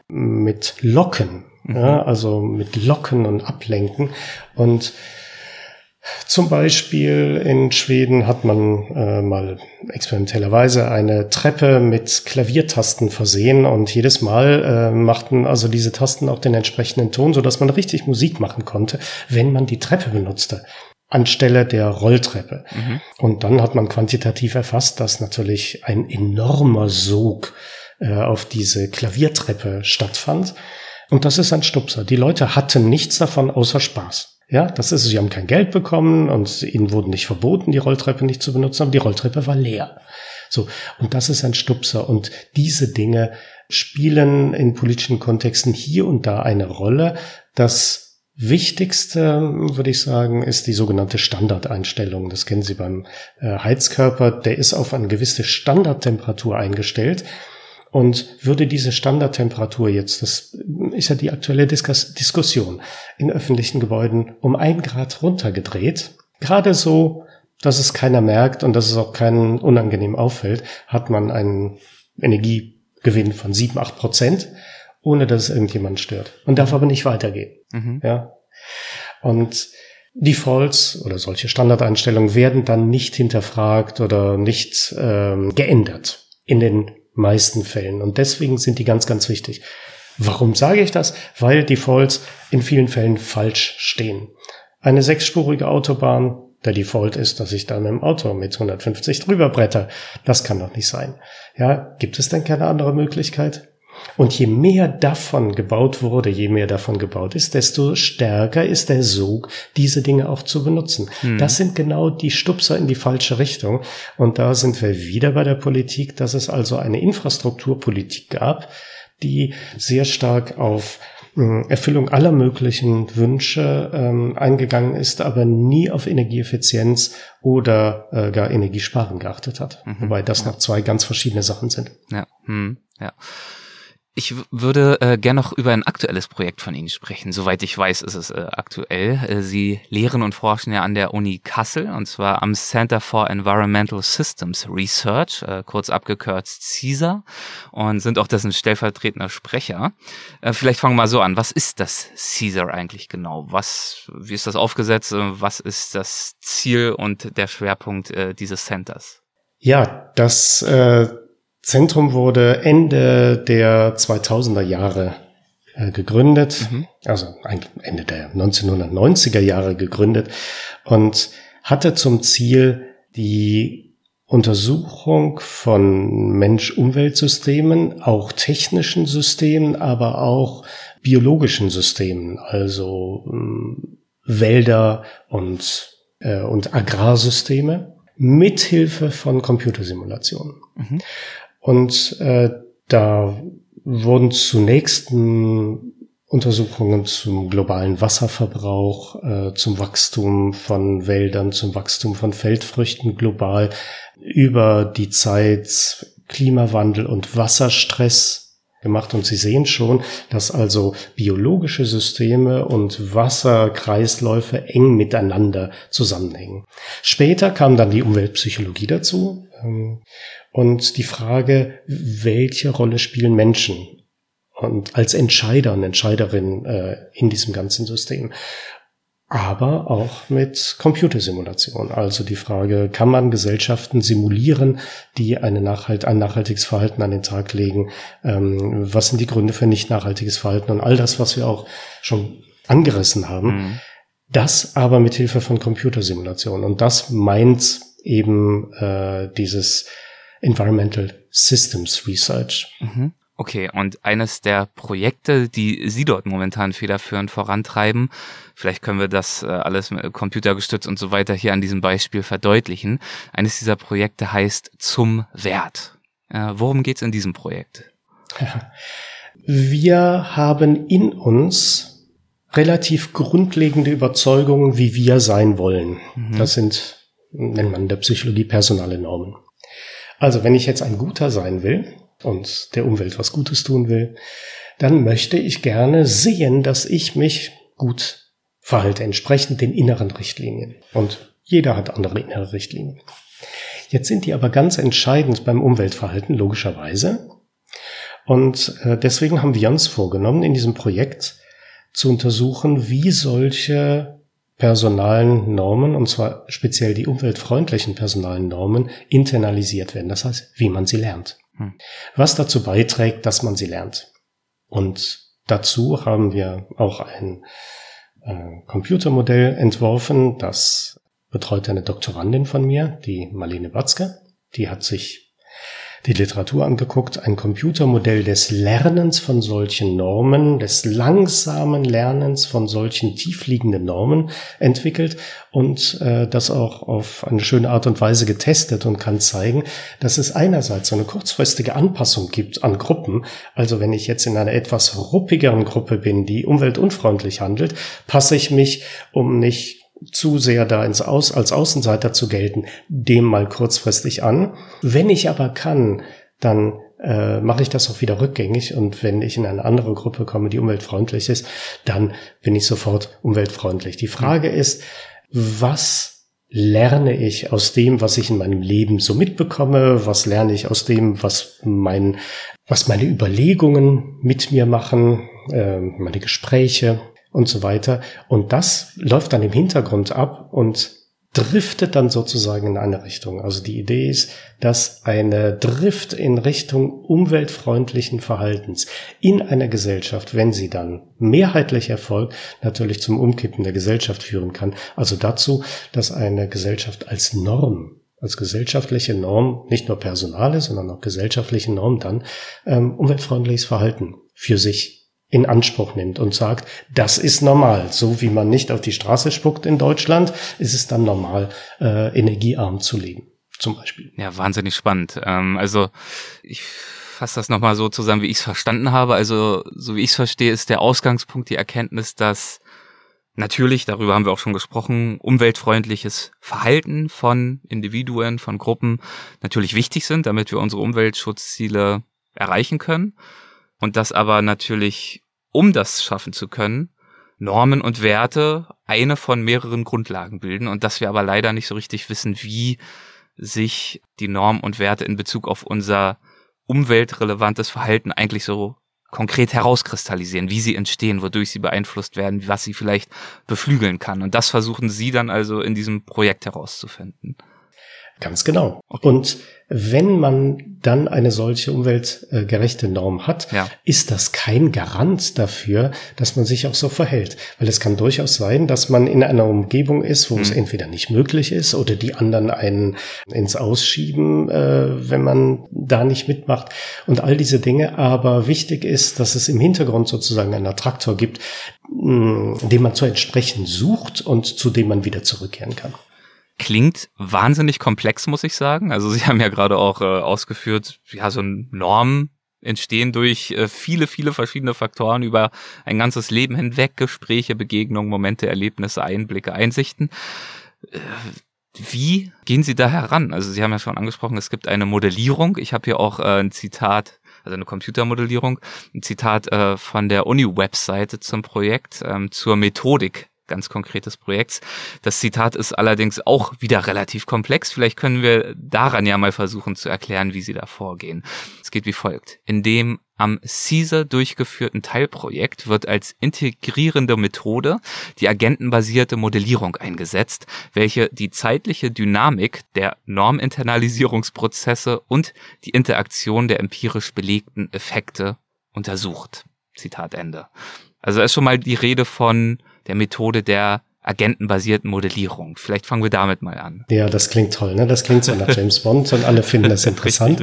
Locken, also mit Locken und Ablenken. Und zum Beispiel in Schweden hat man mal experimentellerweise eine Treppe mit Klaviertasten versehen und jedes Mal machten also diese Tasten auch den entsprechenden Ton, sodass man richtig Musik machen konnte, wenn man die Treppe benutzte, anstelle der Rolltreppe. Und dann hat man quantitativ erfasst, dass natürlich ein enormer Sog auf diese Klaviertreppe stattfand. Und das ist ein Stupser. Die Leute hatten nichts davon außer Spaß. Ja, das ist, sie haben kein Geld bekommen und ihnen wurden nicht verboten, die Rolltreppe nicht zu benutzen, aber die Rolltreppe war leer. So. Und das ist ein Stupser. Und diese Dinge spielen in politischen Kontexten hier und da eine Rolle. Das Wichtigste, würde ich sagen, ist die sogenannte Standardeinstellung. Das kennen Sie beim Heizkörper. Der ist auf eine gewisse Standardtemperatur eingestellt. Und würde diese Standardtemperatur jetzt, das ist ja die aktuelle Diskussion, in öffentlichen Gebäuden um 1 Grad runtergedreht, gerade so, dass es keiner merkt und dass es auch keinen unangenehm auffällt, hat man einen Gewinn von 7-8%, ohne dass es irgendjemand stört. Und darf aber nicht weitergehen. Ja. Und Defaults oder solche Standardeinstellungen werden dann nicht hinterfragt oder nicht geändert in den meisten Fällen. Und deswegen sind die ganz, ganz wichtig. Warum sage ich das? Weil Defaults in vielen Fällen falsch stehen. Eine 6-spurige Autobahn, der Default ist, dass ich da mit dem Auto mit 150 drüber bretter. Das kann doch nicht sein. Ja, gibt es denn keine andere Möglichkeit? Und je mehr davon gebaut wurde, je mehr davon gebaut ist, desto stärker ist der Sog, diese Dinge auch zu benutzen. Das sind genau die Stupser in die falsche Richtung. Und da sind wir wieder bei der Politik, dass es also eine Infrastrukturpolitik gab, die sehr stark auf Erfüllung aller möglichen Wünsche eingegangen ist, aber nie auf Energieeffizienz oder gar Energiesparen geachtet hat. Wobei das noch zwei ganz verschiedene Sachen sind. Ja, ja. Ich würde gern noch über ein aktuelles Projekt von Ihnen sprechen. Soweit ich weiß, ist es aktuell. Sie lehren und forschen ja an der Uni Kassel, und zwar am Center for Environmental Systems Research, kurz abgekürzt CESAR, und sind auch dessen stellvertretender Sprecher. Vielleicht fangen wir mal so an. Was ist das CESAR eigentlich genau? Wie ist das aufgesetzt? Was ist das Ziel und der Schwerpunkt dieses Centers? Ja, das Zentrum wurde Ende der 2000er Jahre gegründet, also eigentlich Ende der 1990er Jahre gegründet und hatte zum Ziel die Untersuchung von Mensch-Umwelt-Systemen, auch technischen Systemen, aber auch biologischen Systemen, also Wälder und Agrarsysteme, mithilfe von Computersimulationen. Und da wurden zunächst Untersuchungen zum globalen Wasserverbrauch, zum Wachstum von Wäldern, zum Wachstum von Feldfrüchten global, über die Zeit Klimawandel und Wasserstress gemacht. Und Sie sehen schon, dass also biologische Systeme und Wasserkreisläufe eng miteinander zusammenhängen. Später kam dann die Umweltpsychologie dazu. Und die Frage, welche Rolle spielen Menschen und als Entscheider und Entscheiderinnen in diesem ganzen System, aber auch mit Computersimulation. Also die Frage, kann man Gesellschaften simulieren, die ein nachhaltiges Verhalten an den Tag legen? Was sind die Gründe für nicht nachhaltiges Verhalten und all das, was wir auch schon angerissen haben? Das aber mit Hilfe von Computersimulation. Und das meint eben dieses Environmental Systems Research. Okay, und eines der Projekte, die Sie dort momentan federführend vorantreiben, vielleicht können wir das alles mit computergestützt und so weiter hier an diesem Beispiel verdeutlichen. Eines dieser Projekte heißt Zum Wert. Worum geht's in diesem Projekt? Wir haben in uns relativ grundlegende Überzeugungen, wie wir sein wollen. Das sind, nennt man in der Psychologie, personale Normen. Also wenn ich jetzt ein Guter sein will und der Umwelt was Gutes tun will, dann möchte ich gerne sehen, dass ich mich gut verhalte, entsprechend den inneren Richtlinien. Und jeder hat andere innere Richtlinien. Jetzt sind die aber ganz entscheidend beim Umweltverhalten, logischerweise. Und deswegen haben wir uns vorgenommen, in diesem Projekt zu untersuchen, wie solche personalen Normen, und zwar speziell die umweltfreundlichen personalen Normen, internalisiert werden. Das heißt, wie man sie lernt. Was dazu beiträgt, dass man sie lernt. Und dazu haben wir auch ein Computermodell entworfen, das betreut eine Doktorandin von mir, die Marlene Batzke. Die hat sich die Literatur angeguckt, ein Computermodell des Lernens von solchen Normen, des langsamen Lernens von solchen tiefliegenden Normen entwickelt und das auch auf eine schöne Art und Weise getestet und kann zeigen, dass es einerseits so eine kurzfristige Anpassung gibt an Gruppen. Also wenn ich jetzt in einer etwas ruppigeren Gruppe bin, die umweltunfreundlich handelt, passe ich mich, um nicht zu sehr da als Außenseiter zu gelten, dem mal kurzfristig an. Wenn ich aber kann, dann mache ich das auch wieder rückgängig. Und wenn ich in eine andere Gruppe komme, die umweltfreundlich ist, dann bin ich sofort umweltfreundlich. Die Frage ist, was lerne ich aus dem, was ich in meinem Leben so mitbekomme? Was lerne ich aus dem, was meine Überlegungen mit mir machen, meine Gespräche und so weiter? Und das läuft dann im Hintergrund ab und driftet dann sozusagen in eine Richtung. Also die Idee ist, dass eine Drift in Richtung umweltfreundlichen Verhaltens in einer Gesellschaft, wenn sie dann mehrheitlich erfolgt, natürlich zum Umkippen der Gesellschaft führen kann. Also dazu, dass eine Gesellschaft als Norm, als gesellschaftliche Norm, nicht nur personale, sondern auch gesellschaftliche Norm dann umweltfreundliches Verhalten für sich in Anspruch nimmt und sagt, das ist normal. So wie man nicht auf die Straße spuckt in Deutschland, ist es dann normal, energiearm zu leben, zum Beispiel. Ja, wahnsinnig spannend. Also ich fasse das nochmal so zusammen, wie ich es verstanden habe. Also so wie ich es verstehe, ist der Ausgangspunkt die Erkenntnis, dass natürlich, darüber haben wir auch schon gesprochen, umweltfreundliches Verhalten von Individuen, von Gruppen natürlich wichtig sind, damit wir unsere Umweltschutzziele erreichen können. Und dass aber natürlich, um das schaffen zu können, Normen und Werte eine von mehreren Grundlagen bilden und dass wir aber leider nicht so richtig wissen, wie sich die Normen und Werte in Bezug auf unser umweltrelevantes Verhalten eigentlich so konkret herauskristallisieren, wie sie entstehen, wodurch sie beeinflusst werden, was sie vielleicht beflügeln kann. Und das versuchen Sie dann also in diesem Projekt herauszufinden. Ganz genau. Okay. Und wenn man dann eine solche umweltgerechte Norm hat, ist das kein Garant dafür, dass man sich auch so verhält. Weil es kann durchaus sein, dass man in einer Umgebung ist, wo es entweder nicht möglich ist oder die anderen einen ins Ausschieben, wenn man da nicht mitmacht und all diese Dinge. Aber wichtig ist, dass es im Hintergrund sozusagen einen Attraktor gibt, den man zu entsprechen sucht und zu dem man wieder zurückkehren kann. Klingt wahnsinnig komplex, muss ich sagen. Also Sie haben ja gerade auch ausgeführt, ja, so Normen entstehen durch viele, viele verschiedene Faktoren über ein ganzes Leben hinweg, Gespräche, Begegnungen, Momente, Erlebnisse, Einblicke, Einsichten. Wie gehen Sie da heran? Also Sie haben ja schon angesprochen, es gibt eine Modellierung. Ich habe hier auch ein Zitat, also eine Computermodellierung, ein Zitat von der Uni-Webseite zum Projekt, zur Methodik ganz konkretes Projekts. Das Zitat ist allerdings auch wieder relativ komplex. Vielleicht können wir daran ja mal versuchen zu erklären, wie Sie da vorgehen. Es geht wie folgt. In dem am CISA durchgeführten Teilprojekt wird als integrierende Methode die agentenbasierte Modellierung eingesetzt, welche die zeitliche Dynamik der Norminternalisierungsprozesse und die Interaktion der empirisch belegten Effekte untersucht. Zitat Ende. Also da ist schon mal die Rede von der Methode der agentenbasierten Modellierung. Vielleicht fangen wir damit mal an. Ja, das klingt toll, ne? Das klingt so nach James Bond und alle finden das interessant.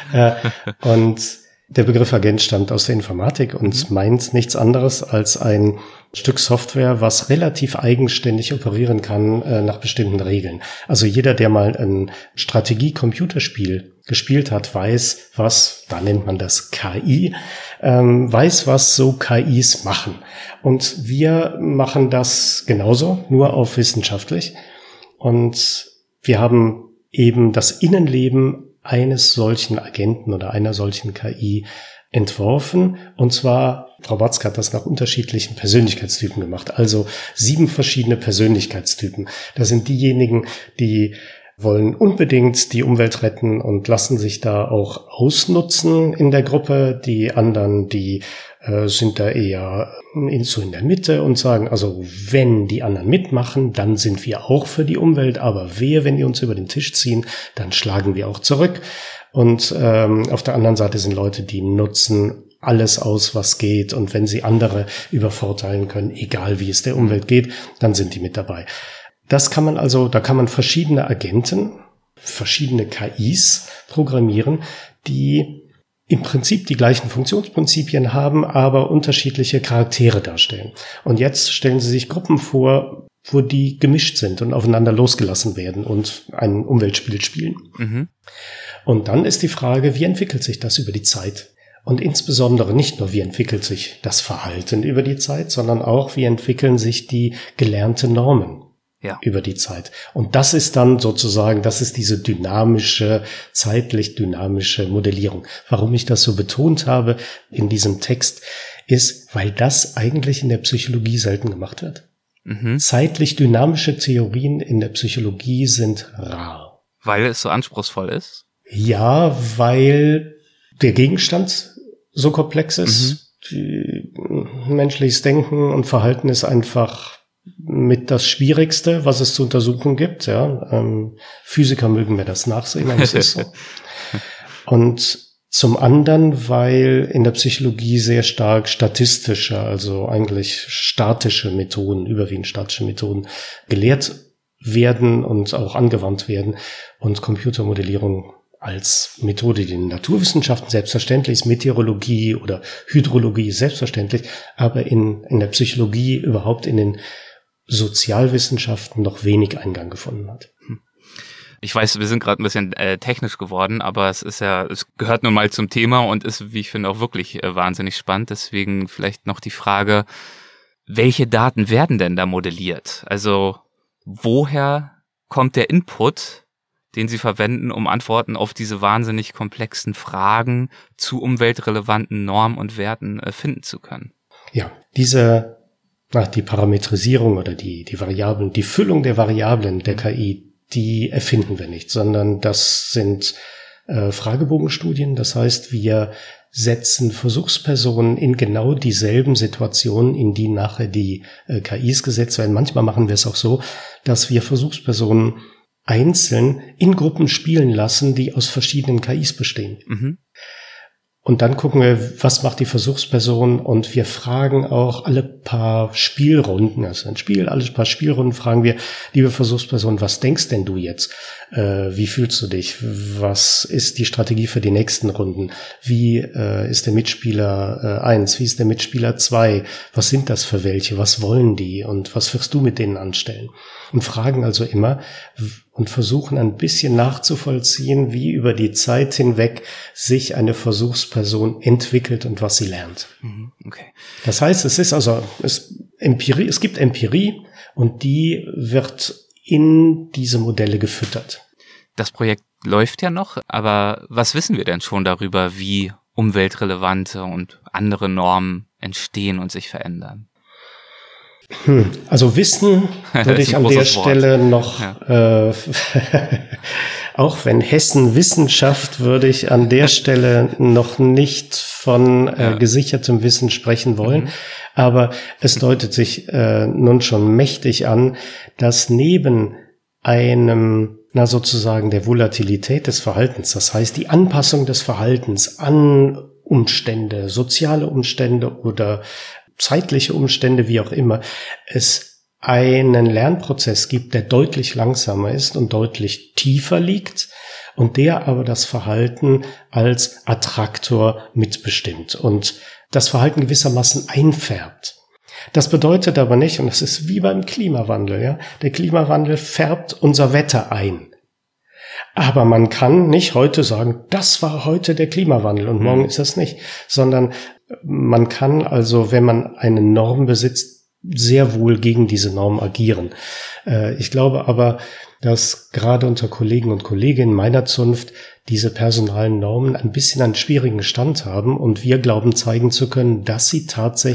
Und der Begriff Agent stammt aus der Informatik und meint nichts anderes als ein Stück Software, was relativ eigenständig operieren kann nach bestimmten Regeln. Also jeder, der mal ein Strategie-Computerspiel gespielt hat, weiß, was, da nennt man das KI, weiß, was so KIs machen. Und wir machen das genauso, nur auf wissenschaftlich. Und wir haben eben das Innenleben eines solchen Agenten oder einer solchen KI entworfen. Und zwar, Frau Batzke hat das nach unterschiedlichen Persönlichkeitstypen gemacht. Also 7 verschiedene Persönlichkeitstypen. Das sind diejenigen, die wollen unbedingt die Umwelt retten und lassen sich da auch ausnutzen in der Gruppe. Die anderen, die sind da eher so in der Mitte und sagen, also wenn die anderen mitmachen, dann sind wir auch für die Umwelt, aber wehe, wenn die uns über den Tisch ziehen, dann schlagen wir auch zurück. Und auf der anderen Seite sind Leute, die nutzen alles aus, was geht, und wenn sie andere übervorteilen können, egal wie es der Umwelt geht, dann sind die mit dabei. Das kann man also, da kann man verschiedene Agenten, verschiedene KIs programmieren, die im Prinzip die gleichen Funktionsprinzipien haben, aber unterschiedliche Charaktere darstellen. Und jetzt stellen Sie sich Gruppen vor, wo die gemischt sind und aufeinander losgelassen werden und ein Umweltspiel spielen. Mhm. Und dann ist die Frage, wie entwickelt sich das über die Zeit? Und insbesondere nicht nur, wie entwickelt sich das Verhalten über die Zeit, sondern auch, wie entwickeln sich die gelernten Normen über die Zeit. Und das ist dann sozusagen, das ist diese dynamische, zeitlich dynamische Modellierung. Warum ich das so betont habe in diesem Text, ist, weil das eigentlich in der Psychologie selten gemacht wird. Zeitlich dynamische Theorien in der Psychologie sind rar. Weil es so anspruchsvoll ist? Ja, weil der Gegenstand so komplex ist. Menschliches Denken und Verhalten ist einfach mit das Schwierigste, was es zu untersuchen gibt. Ja, Physiker mögen mir das nachsehen, aber es ist so. Und zum anderen, weil in der Psychologie sehr stark statistische, also eigentlich statische Methoden, überwiegend statische Methoden gelehrt werden und auch angewandt werden und Computermodellierung als Methode, die in den Naturwissenschaften selbstverständlich ist, Meteorologie oder Hydrologie ist selbstverständlich, aber in der Psychologie, überhaupt in den Sozialwissenschaften noch wenig Eingang gefunden hat. Ich weiß, wir sind gerade ein bisschen technisch geworden, aber es gehört nun mal zum Thema und ist, wie ich finde, auch wirklich wahnsinnig spannend. Deswegen vielleicht noch die Frage, welche Daten werden denn da modelliert? Also woher kommt der Input, den Sie verwenden, um Antworten auf diese wahnsinnig komplexen Fragen zu umweltrelevanten Normen und Werten finden zu können? Ja, die Parametrisierung oder die Variablen, die Füllung der Variablen der KI, die erfinden wir nicht, sondern das sind Fragebogenstudien. Das heißt, wir setzen Versuchspersonen in genau dieselben Situationen, in die nachher die KIs gesetzt werden. Manchmal machen wir es auch so, dass wir Versuchspersonen einzeln in Gruppen spielen lassen, die aus verschiedenen KIs bestehen. Und dann gucken wir, was macht die Versuchsperson, und wir fragen auch alle paar Spielrunden, also ein Spiel, alle paar Spielrunden fragen wir, liebe Versuchsperson, was denkst denn du jetzt? Wie fühlst du dich? Was ist die Strategie für die nächsten Runden? Wie ist der Mitspieler 1? Wie ist der Mitspieler 2? Was sind das für welche? Was wollen die? Und was wirst du mit denen anstellen? Und fragen also immer und versuchen ein bisschen nachzuvollziehen, wie über die Zeit hinweg sich eine Versuchsperson entwickelt und was sie lernt. Okay. Das heißt, es gibt Empirie und die wird in diese Modelle gefüttert. Das Projekt läuft ja noch, aber was wissen wir denn schon darüber, wie umweltrelevante und andere Normen entstehen und sich verändern? Also Wissen würde ich an der Stelle noch, auch wenn Hessen Wissenschaft, würde ich an der Stelle noch nicht von gesichertem Wissen sprechen wollen. Aber es deutet sich nun schon mächtig an, dass neben einem, sozusagen der Volatilität des Verhaltens, das heißt die Anpassung des Verhaltens an Umstände, soziale Umstände oder zeitliche Umstände, wie auch immer, es einen Lernprozess gibt, der deutlich langsamer ist und deutlich tiefer liegt und der aber das Verhalten als Attraktor mitbestimmt und das Verhalten gewissermaßen einfärbt. Das bedeutet aber nicht, und das ist wie beim Klimawandel, ja, der Klimawandel färbt unser Wetter ein. Aber man kann nicht heute sagen, das war heute der Klimawandel und morgen ist das nicht, sondern man kann also, wenn man eine Norm besitzt, sehr wohl gegen diese Norm agieren. Ich glaube aber, dass gerade unter Kollegen und Kolleginnen meiner Zunft diese personalen Normen ein bisschen einen schwierigen Stand haben und wir glauben zeigen zu können, dass es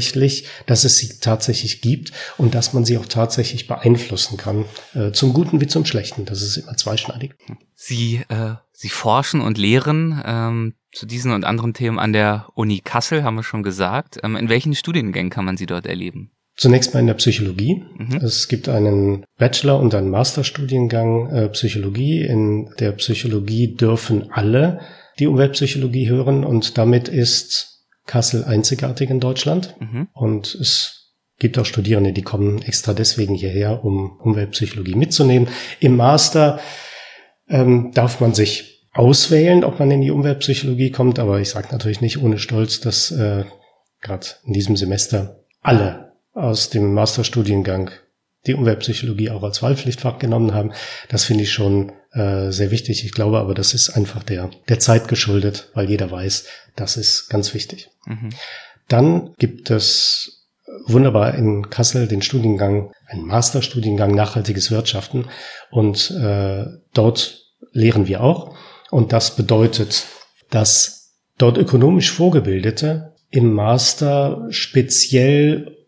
sie tatsächlich gibt und dass man sie auch tatsächlich beeinflussen kann, zum Guten wie zum Schlechten. Das ist immer zweischneidig. Sie forschen und lehren zu diesen und anderen Themen an der Uni Kassel, haben wir schon gesagt. In welchen Studiengängen kann man sie dort erleben? Zunächst mal in der Psychologie. Es gibt einen Bachelor- und einen Masterstudiengang Psychologie. In der Psychologie dürfen alle die Umweltpsychologie hören und damit ist Kassel einzigartig in Deutschland. Und es gibt auch Studierende, die kommen extra deswegen hierher, um Umweltpsychologie mitzunehmen. Im Master darf man sich auswählen, ob man in die Umweltpsychologie kommt, aber ich sage natürlich nicht ohne Stolz, dass gerade in diesem Semester alle aus dem Masterstudiengang die Umweltpsychologie auch als Wahlpflichtfach genommen haben. Das finde ich schon sehr wichtig. Ich glaube aber, das ist einfach der Zeit geschuldet, weil jeder weiß, das ist ganz wichtig. Dann gibt es wunderbar in Kassel den Studiengang, einen Masterstudiengang Nachhaltiges Wirtschaften und dort lehren wir auch. Und das bedeutet, dass dort ökonomisch Vorgebildete im Master speziell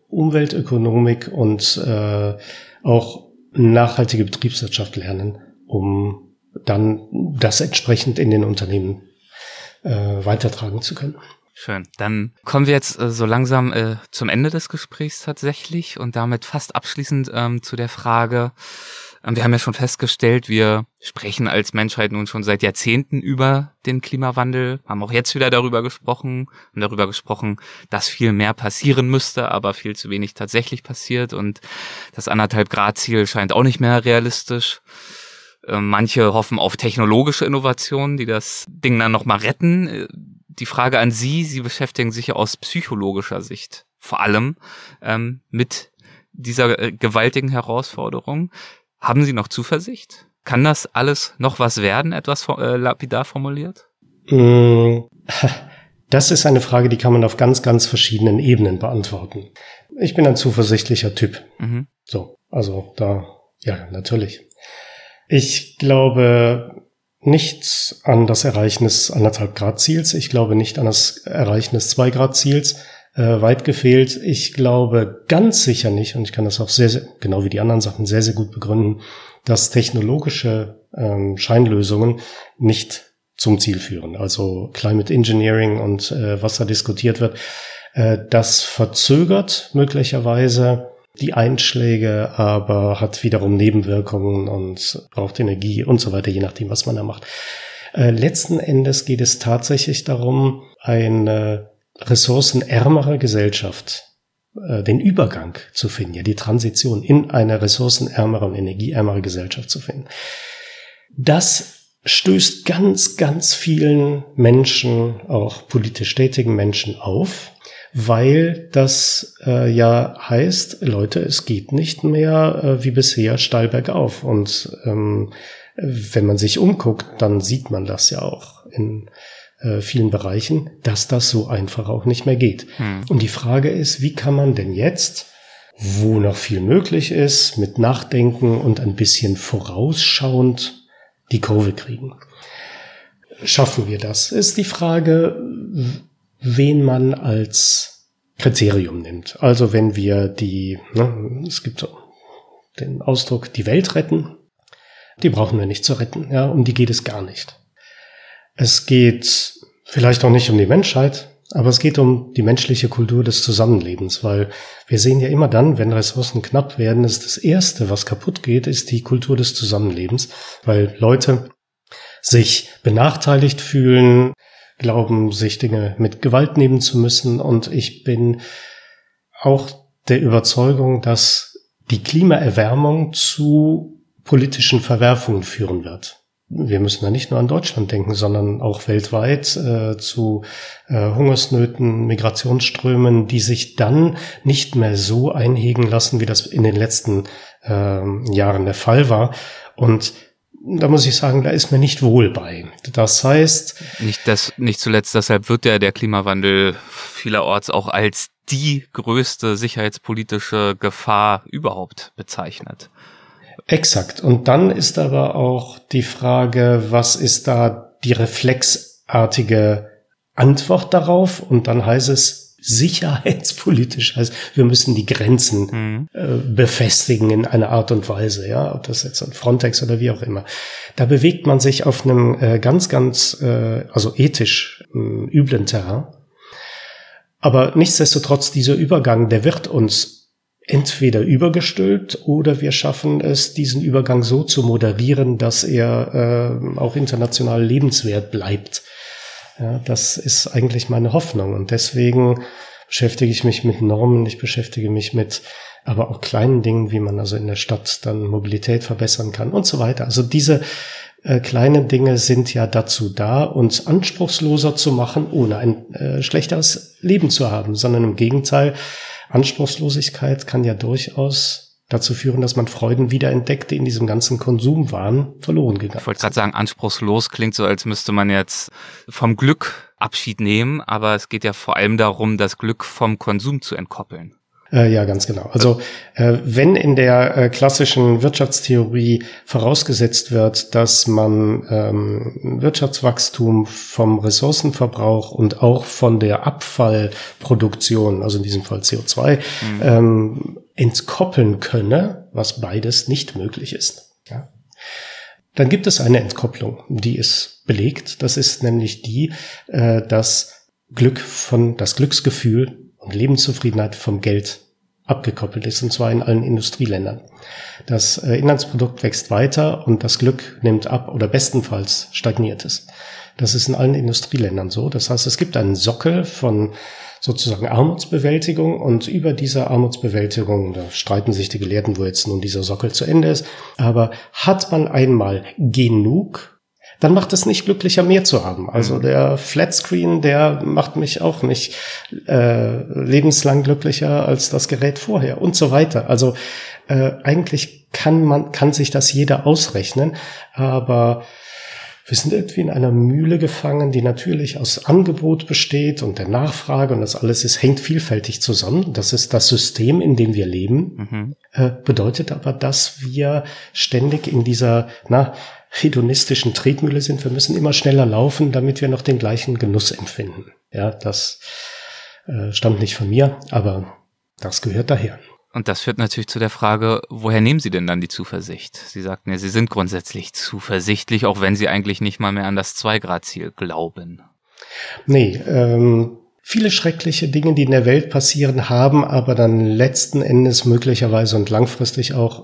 Umweltökonomik und auch nachhaltige Betriebswirtschaft lernen, um dann das entsprechend in den Unternehmen weitertragen zu können. Schön. Dann kommen wir jetzt so langsam zum Ende des Gesprächs tatsächlich und damit fast abschließend zu der Frage, wir haben ja schon festgestellt, wir sprechen als Menschheit nun schon seit Jahrzehnten über den Klimawandel, haben auch jetzt wieder darüber gesprochen, dass viel mehr passieren müsste, aber viel zu wenig tatsächlich passiert und das 1,5-Grad-Ziel scheint auch nicht mehr realistisch. Manche hoffen auf technologische Innovationen, die das Ding dann nochmal retten. Die Frage an Sie beschäftigen sich ja aus psychologischer Sicht vor allem mit dieser gewaltigen Herausforderung. Haben Sie noch Zuversicht? Kann das alles noch was werden, etwas lapidar formuliert? Das ist eine Frage, die kann man auf ganz, ganz verschiedenen Ebenen beantworten. Ich bin ein zuversichtlicher Typ. So, also ja, natürlich. Ich glaube nicht an das Erreichen des 1,5-Grad-Ziels. Ich glaube nicht an das Erreichen des 2-Grad-Ziels. Weit gefehlt. Ich glaube ganz sicher nicht, und ich kann das auch sehr, sehr, genau wie die anderen Sachen, sehr, sehr gut begründen, dass technologische Scheinlösungen nicht zum Ziel führen. Also Climate Engineering und was da diskutiert wird, das verzögert möglicherweise die Einschläge, aber hat wiederum Nebenwirkungen und braucht Energie und so weiter, je nachdem, was man da macht. Letzten Endes geht es tatsächlich darum, eine ressourcenärmere Gesellschaft, den Übergang zu finden, ja, die Transition in eine ressourcenärmere und energieärmere Gesellschaft zu finden. Das stößt ganz, ganz vielen Menschen, auch politisch tätigen Menschen auf, weil das ja heißt, Leute, es geht nicht mehr wie bisher steil bergauf. Und wenn man sich umguckt, dann sieht man das ja auch in vielen Bereichen, dass das so einfach auch nicht mehr geht. Und die Frage ist, wie kann man denn jetzt, wo noch viel möglich ist, mit Nachdenken und ein bisschen vorausschauend die Kurve kriegen? Schaffen wir das? Ist die Frage, wen man als Kriterium nimmt. Also wenn wir es gibt so den Ausdruck, die Welt retten, die brauchen wir nicht zu retten, ja, um die geht es gar nicht. Es geht vielleicht auch nicht um die Menschheit, aber es geht um die menschliche Kultur des Zusammenlebens, weil wir sehen ja immer dann, wenn Ressourcen knapp werden, ist das Erste, was kaputt geht, ist die Kultur des Zusammenlebens, weil Leute sich benachteiligt fühlen, glauben, sich Dinge mit Gewalt nehmen zu müssen. Und ich bin auch der Überzeugung, dass die Klimaerwärmung zu politischen Verwerfungen führen wird. Wir müssen da nicht nur an Deutschland denken, sondern auch weltweit zu Hungersnöten, Migrationsströmen, die sich dann nicht mehr so einhegen lassen, wie das in den letzten Jahren der Fall war. Und da muss ich sagen, da ist mir nicht wohl bei. Das heißt... Nicht zuletzt deshalb wird der Klimawandel vielerorts auch als die größte sicherheitspolitische Gefahr überhaupt bezeichnet. Exakt. Und dann ist aber auch die Frage, was ist da die reflexartige Antwort darauf? Und dann heißt es sicherheitspolitisch, heißt, wir müssen die Grenzen befestigen in einer Art und Weise, ja, ob das jetzt an Frontex oder wie auch immer. Da bewegt man sich auf einem ganz, also ethisch üblen Terrain. Aber nichtsdestotrotz, dieser Übergang, der wird uns entweder übergestülpt oder wir schaffen es, diesen Übergang so zu moderieren, dass er auch international lebenswert bleibt. Ja, das ist eigentlich meine Hoffnung. Und deswegen beschäftige ich mich mit Normen, ich beschäftige mich mit aber auch kleinen Dingen, wie man also in der Stadt dann Mobilität verbessern kann und so weiter. Also diese kleinen Dinge sind ja dazu da, uns anspruchsloser zu machen, ohne ein schlechteres Leben zu haben, sondern im Gegenteil, Anspruchslosigkeit kann ja durchaus dazu führen, dass man Freuden wiederentdeckt, die in diesem ganzen Konsumwahn verloren gegangen sind. Ich wollte gerade sagen, anspruchslos klingt so, als müsste man jetzt vom Glück Abschied nehmen, aber es geht ja vor allem darum, das Glück vom Konsum zu entkoppeln. Ja, ganz genau. Also wenn in der klassischen Wirtschaftstheorie vorausgesetzt wird, dass man Wirtschaftswachstum vom Ressourcenverbrauch und auch von der Abfallproduktion, also in diesem Fall CO2, entkoppeln könne, was beides nicht möglich ist. Ja. Dann gibt es eine Entkopplung, die ist belegt. Das ist nämlich die, dass das Glücksgefühl und Lebenszufriedenheit vom Geld abgekoppelt ist, und zwar in allen Industrieländern. Das Inlandsprodukt wächst weiter und das Glück nimmt ab oder bestenfalls stagniert es. Das ist in allen Industrieländern so. Das heißt, es gibt einen Sockel von sozusagen Armutsbewältigung, und über dieser Armutsbewältigung, da streiten sich die Gelehrten, wo jetzt nun dieser Sockel zu Ende ist, aber hat man einmal genug, dann macht es nicht glücklicher, mehr zu haben. Also der Flatscreen, der macht mich auch nicht lebenslang glücklicher als das Gerät vorher und so weiter. Also eigentlich kann sich das jeder ausrechnen, aber wir sind irgendwie in einer Mühle gefangen, die natürlich aus Angebot besteht und der Nachfrage, und das alles hängt vielfältig zusammen. Das ist das System, in dem wir leben. Bedeutet aber, dass wir ständig in dieser hedonistischen Tretmühle sind. Wir müssen immer schneller laufen, damit wir noch den gleichen Genuss empfinden. Ja, das stammt nicht von mir, aber das gehört daher. Und das führt natürlich zu der Frage, woher nehmen Sie denn dann die Zuversicht? Sie sagten ja, Sie sind grundsätzlich zuversichtlich, auch wenn Sie eigentlich nicht mal mehr an das 2-Grad-Ziel glauben. Nee, viele schreckliche Dinge, die in der Welt passieren, haben aber dann letzten Endes möglicherweise und langfristig auch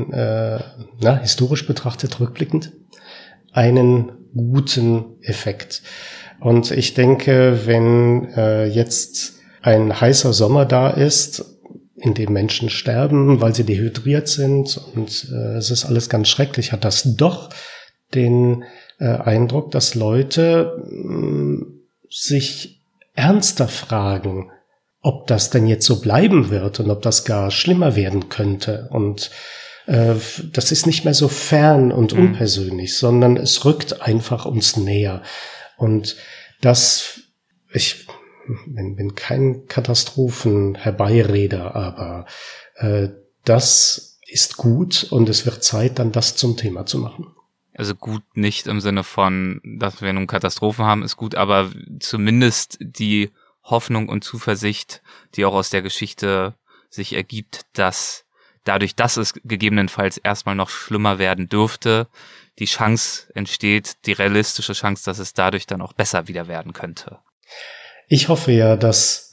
historisch betrachtet rückblickend, einen guten Effekt. Und ich denke, wenn jetzt ein heißer Sommer da ist, in dem Menschen sterben, weil sie dehydriert sind, und es ist alles ganz schrecklich, hat das doch den Eindruck, dass Leute sich ernster fragen, ob das denn jetzt so bleiben wird und ob das gar schlimmer werden könnte. Und das ist nicht mehr so fern und unpersönlich, sondern es rückt einfach uns näher. Und ich bin kein Katastrophen-Herbeireder, aber das ist gut, und es wird Zeit, dann das zum Thema zu machen. Also gut nicht im Sinne von, dass wir nun Katastrophen haben, ist gut, aber zumindest die Hoffnung und Zuversicht, die auch aus der Geschichte sich ergibt, dass dadurch, dass es gegebenenfalls erstmal noch schlimmer werden dürfte, die Chance entsteht, die realistische Chance, dass es dadurch dann auch besser wieder werden könnte. Ich hoffe ja, dass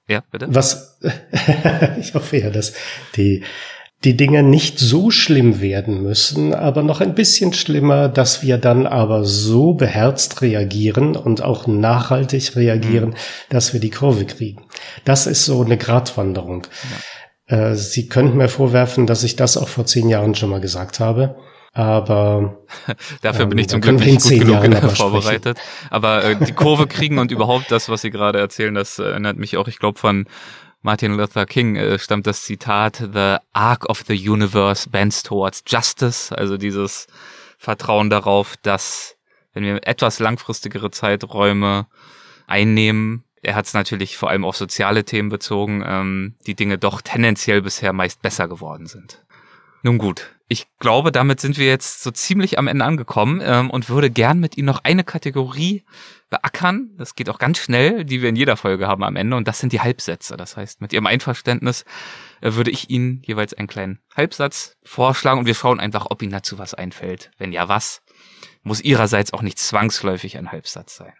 ich hoffe ja, dass die Dinge nicht so schlimm werden müssen, aber noch ein bisschen schlimmer, dass wir dann aber so beherzt reagieren und auch nachhaltig reagieren, dass wir die Kurve kriegen. Das ist so eine Gratwanderung. Ja. Sie könnten mir vorwerfen, dass ich das auch vor 10 Jahren schon mal gesagt habe. Aber dafür bin ich zum Glück nicht gut genug vorbereitet. Aber die Kurve kriegen und überhaupt das, was Sie gerade erzählen, das erinnert mich auch, ich glaube, von Martin Luther King stammt das Zitat: "The arc of the universe bends towards justice", also dieses Vertrauen darauf, dass, wenn wir etwas langfristigere Zeiträume einnehmen, er hat es natürlich vor allem auf soziale Themen bezogen, die Dinge doch tendenziell bisher meist besser geworden sind. Nun gut, ich glaube, damit sind wir jetzt so ziemlich am Ende angekommen und würde gern mit Ihnen noch eine Kategorie beackern. Das geht auch ganz schnell, die wir in jeder Folge haben am Ende, und das sind die Halbsätze. Das heißt, mit Ihrem Einverständnis würde ich Ihnen jeweils einen kleinen Halbsatz vorschlagen und wir schauen einfach, ob Ihnen dazu was einfällt. Wenn ja, was? Muss Ihrerseits auch nicht zwangsläufig ein Halbsatz sein.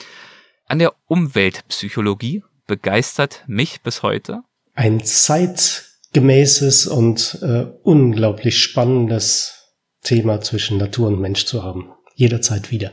An der Umweltpsychologie begeistert mich bis heute ein zeitgemäßes und unglaublich spannendes Thema zwischen Natur und Mensch zu haben. Jederzeit wieder.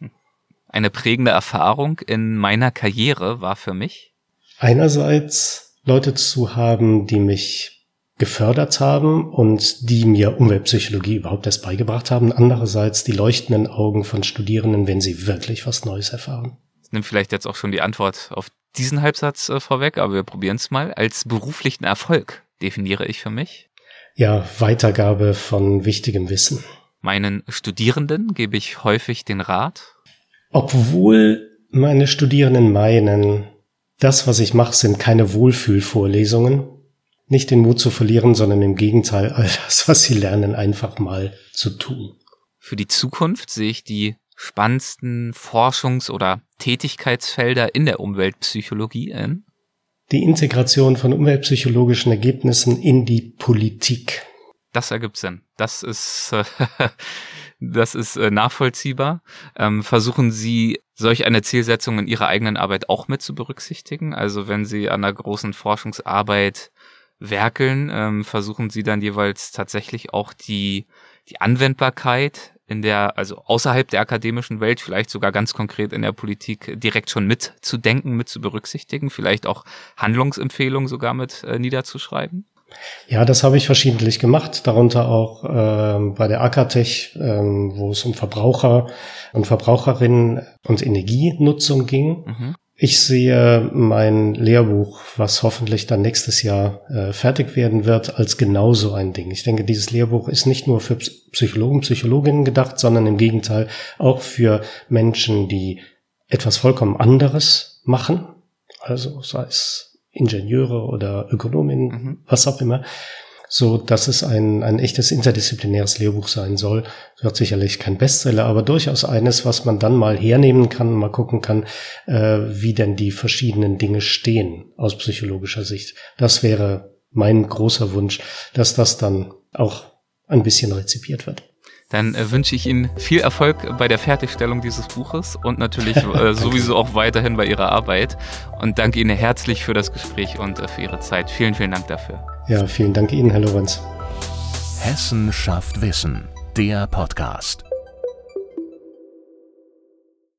Eine prägende Erfahrung in meiner Karriere war für mich: einerseits Leute zu haben, die mich gefördert haben und die mir Umweltpsychologie überhaupt erst beigebracht haben. Andererseits die leuchtenden Augen von Studierenden, wenn sie wirklich was Neues erfahren. Das nimmt vielleicht jetzt auch schon die Antwort auf diesen Halbsatz vorweg, aber wir probieren es mal. Als beruflichen Erfolg definiere ich für mich: ja, Weitergabe von wichtigem Wissen. Meinen Studierenden gebe ich häufig den Rat: obwohl meine Studierenden meinen, das, was ich mache, sind keine Wohlfühlvorlesungen, nicht den Mut zu verlieren, sondern im Gegenteil, all das, was sie lernen, einfach mal zu tun. Für die Zukunft sehe ich die spannendsten Forschungs- oder Tätigkeitsfelder in der Umweltpsychologie in? Die Integration von umweltpsychologischen Ergebnissen in die Politik. Das ergibt Sinn. Das ist nachvollziehbar. Versuchen Sie, solch eine Zielsetzung in Ihrer eigenen Arbeit auch mit zu berücksichtigen? Also wenn Sie an einer großen Forschungsarbeit werkeln, versuchen Sie dann jeweils tatsächlich auch die Anwendbarkeit also außerhalb der akademischen Welt, vielleicht sogar ganz konkret in der Politik, direkt schon mitzudenken, mit zu berücksichtigen, vielleicht auch Handlungsempfehlungen sogar mit niederzuschreiben? Ja, das habe ich verschiedentlich gemacht, darunter auch bei der Akatech, wo es um Verbraucher und Verbraucherinnen und Energienutzung ging. Mhm. Ich sehe mein Lehrbuch, was hoffentlich dann nächstes Jahr fertig werden wird, als genauso ein Ding. Ich denke, dieses Lehrbuch ist nicht nur für Psychologen, Psychologinnen gedacht, sondern im Gegenteil auch für Menschen, die etwas vollkommen anderes machen. Also sei es Ingenieure oder Ökonomen, was auch immer. So, dass es ein echtes interdisziplinäres Lehrbuch sein soll. Es wird sicherlich kein Bestseller, aber durchaus eines, was man dann mal hernehmen kann, mal gucken kann, wie denn die verschiedenen Dinge stehen aus psychologischer Sicht. Das wäre mein großer Wunsch, dass das dann auch ein bisschen rezipiert wird. Dann wünsche ich Ihnen viel Erfolg bei der Fertigstellung dieses Buches und natürlich sowieso auch weiterhin bei Ihrer Arbeit. Und danke Ihnen herzlich für das Gespräch und für Ihre Zeit. Vielen, vielen Dank dafür. Ja, vielen Dank Ihnen, Herr Lorenz. Hessen schafft Wissen, der Podcast.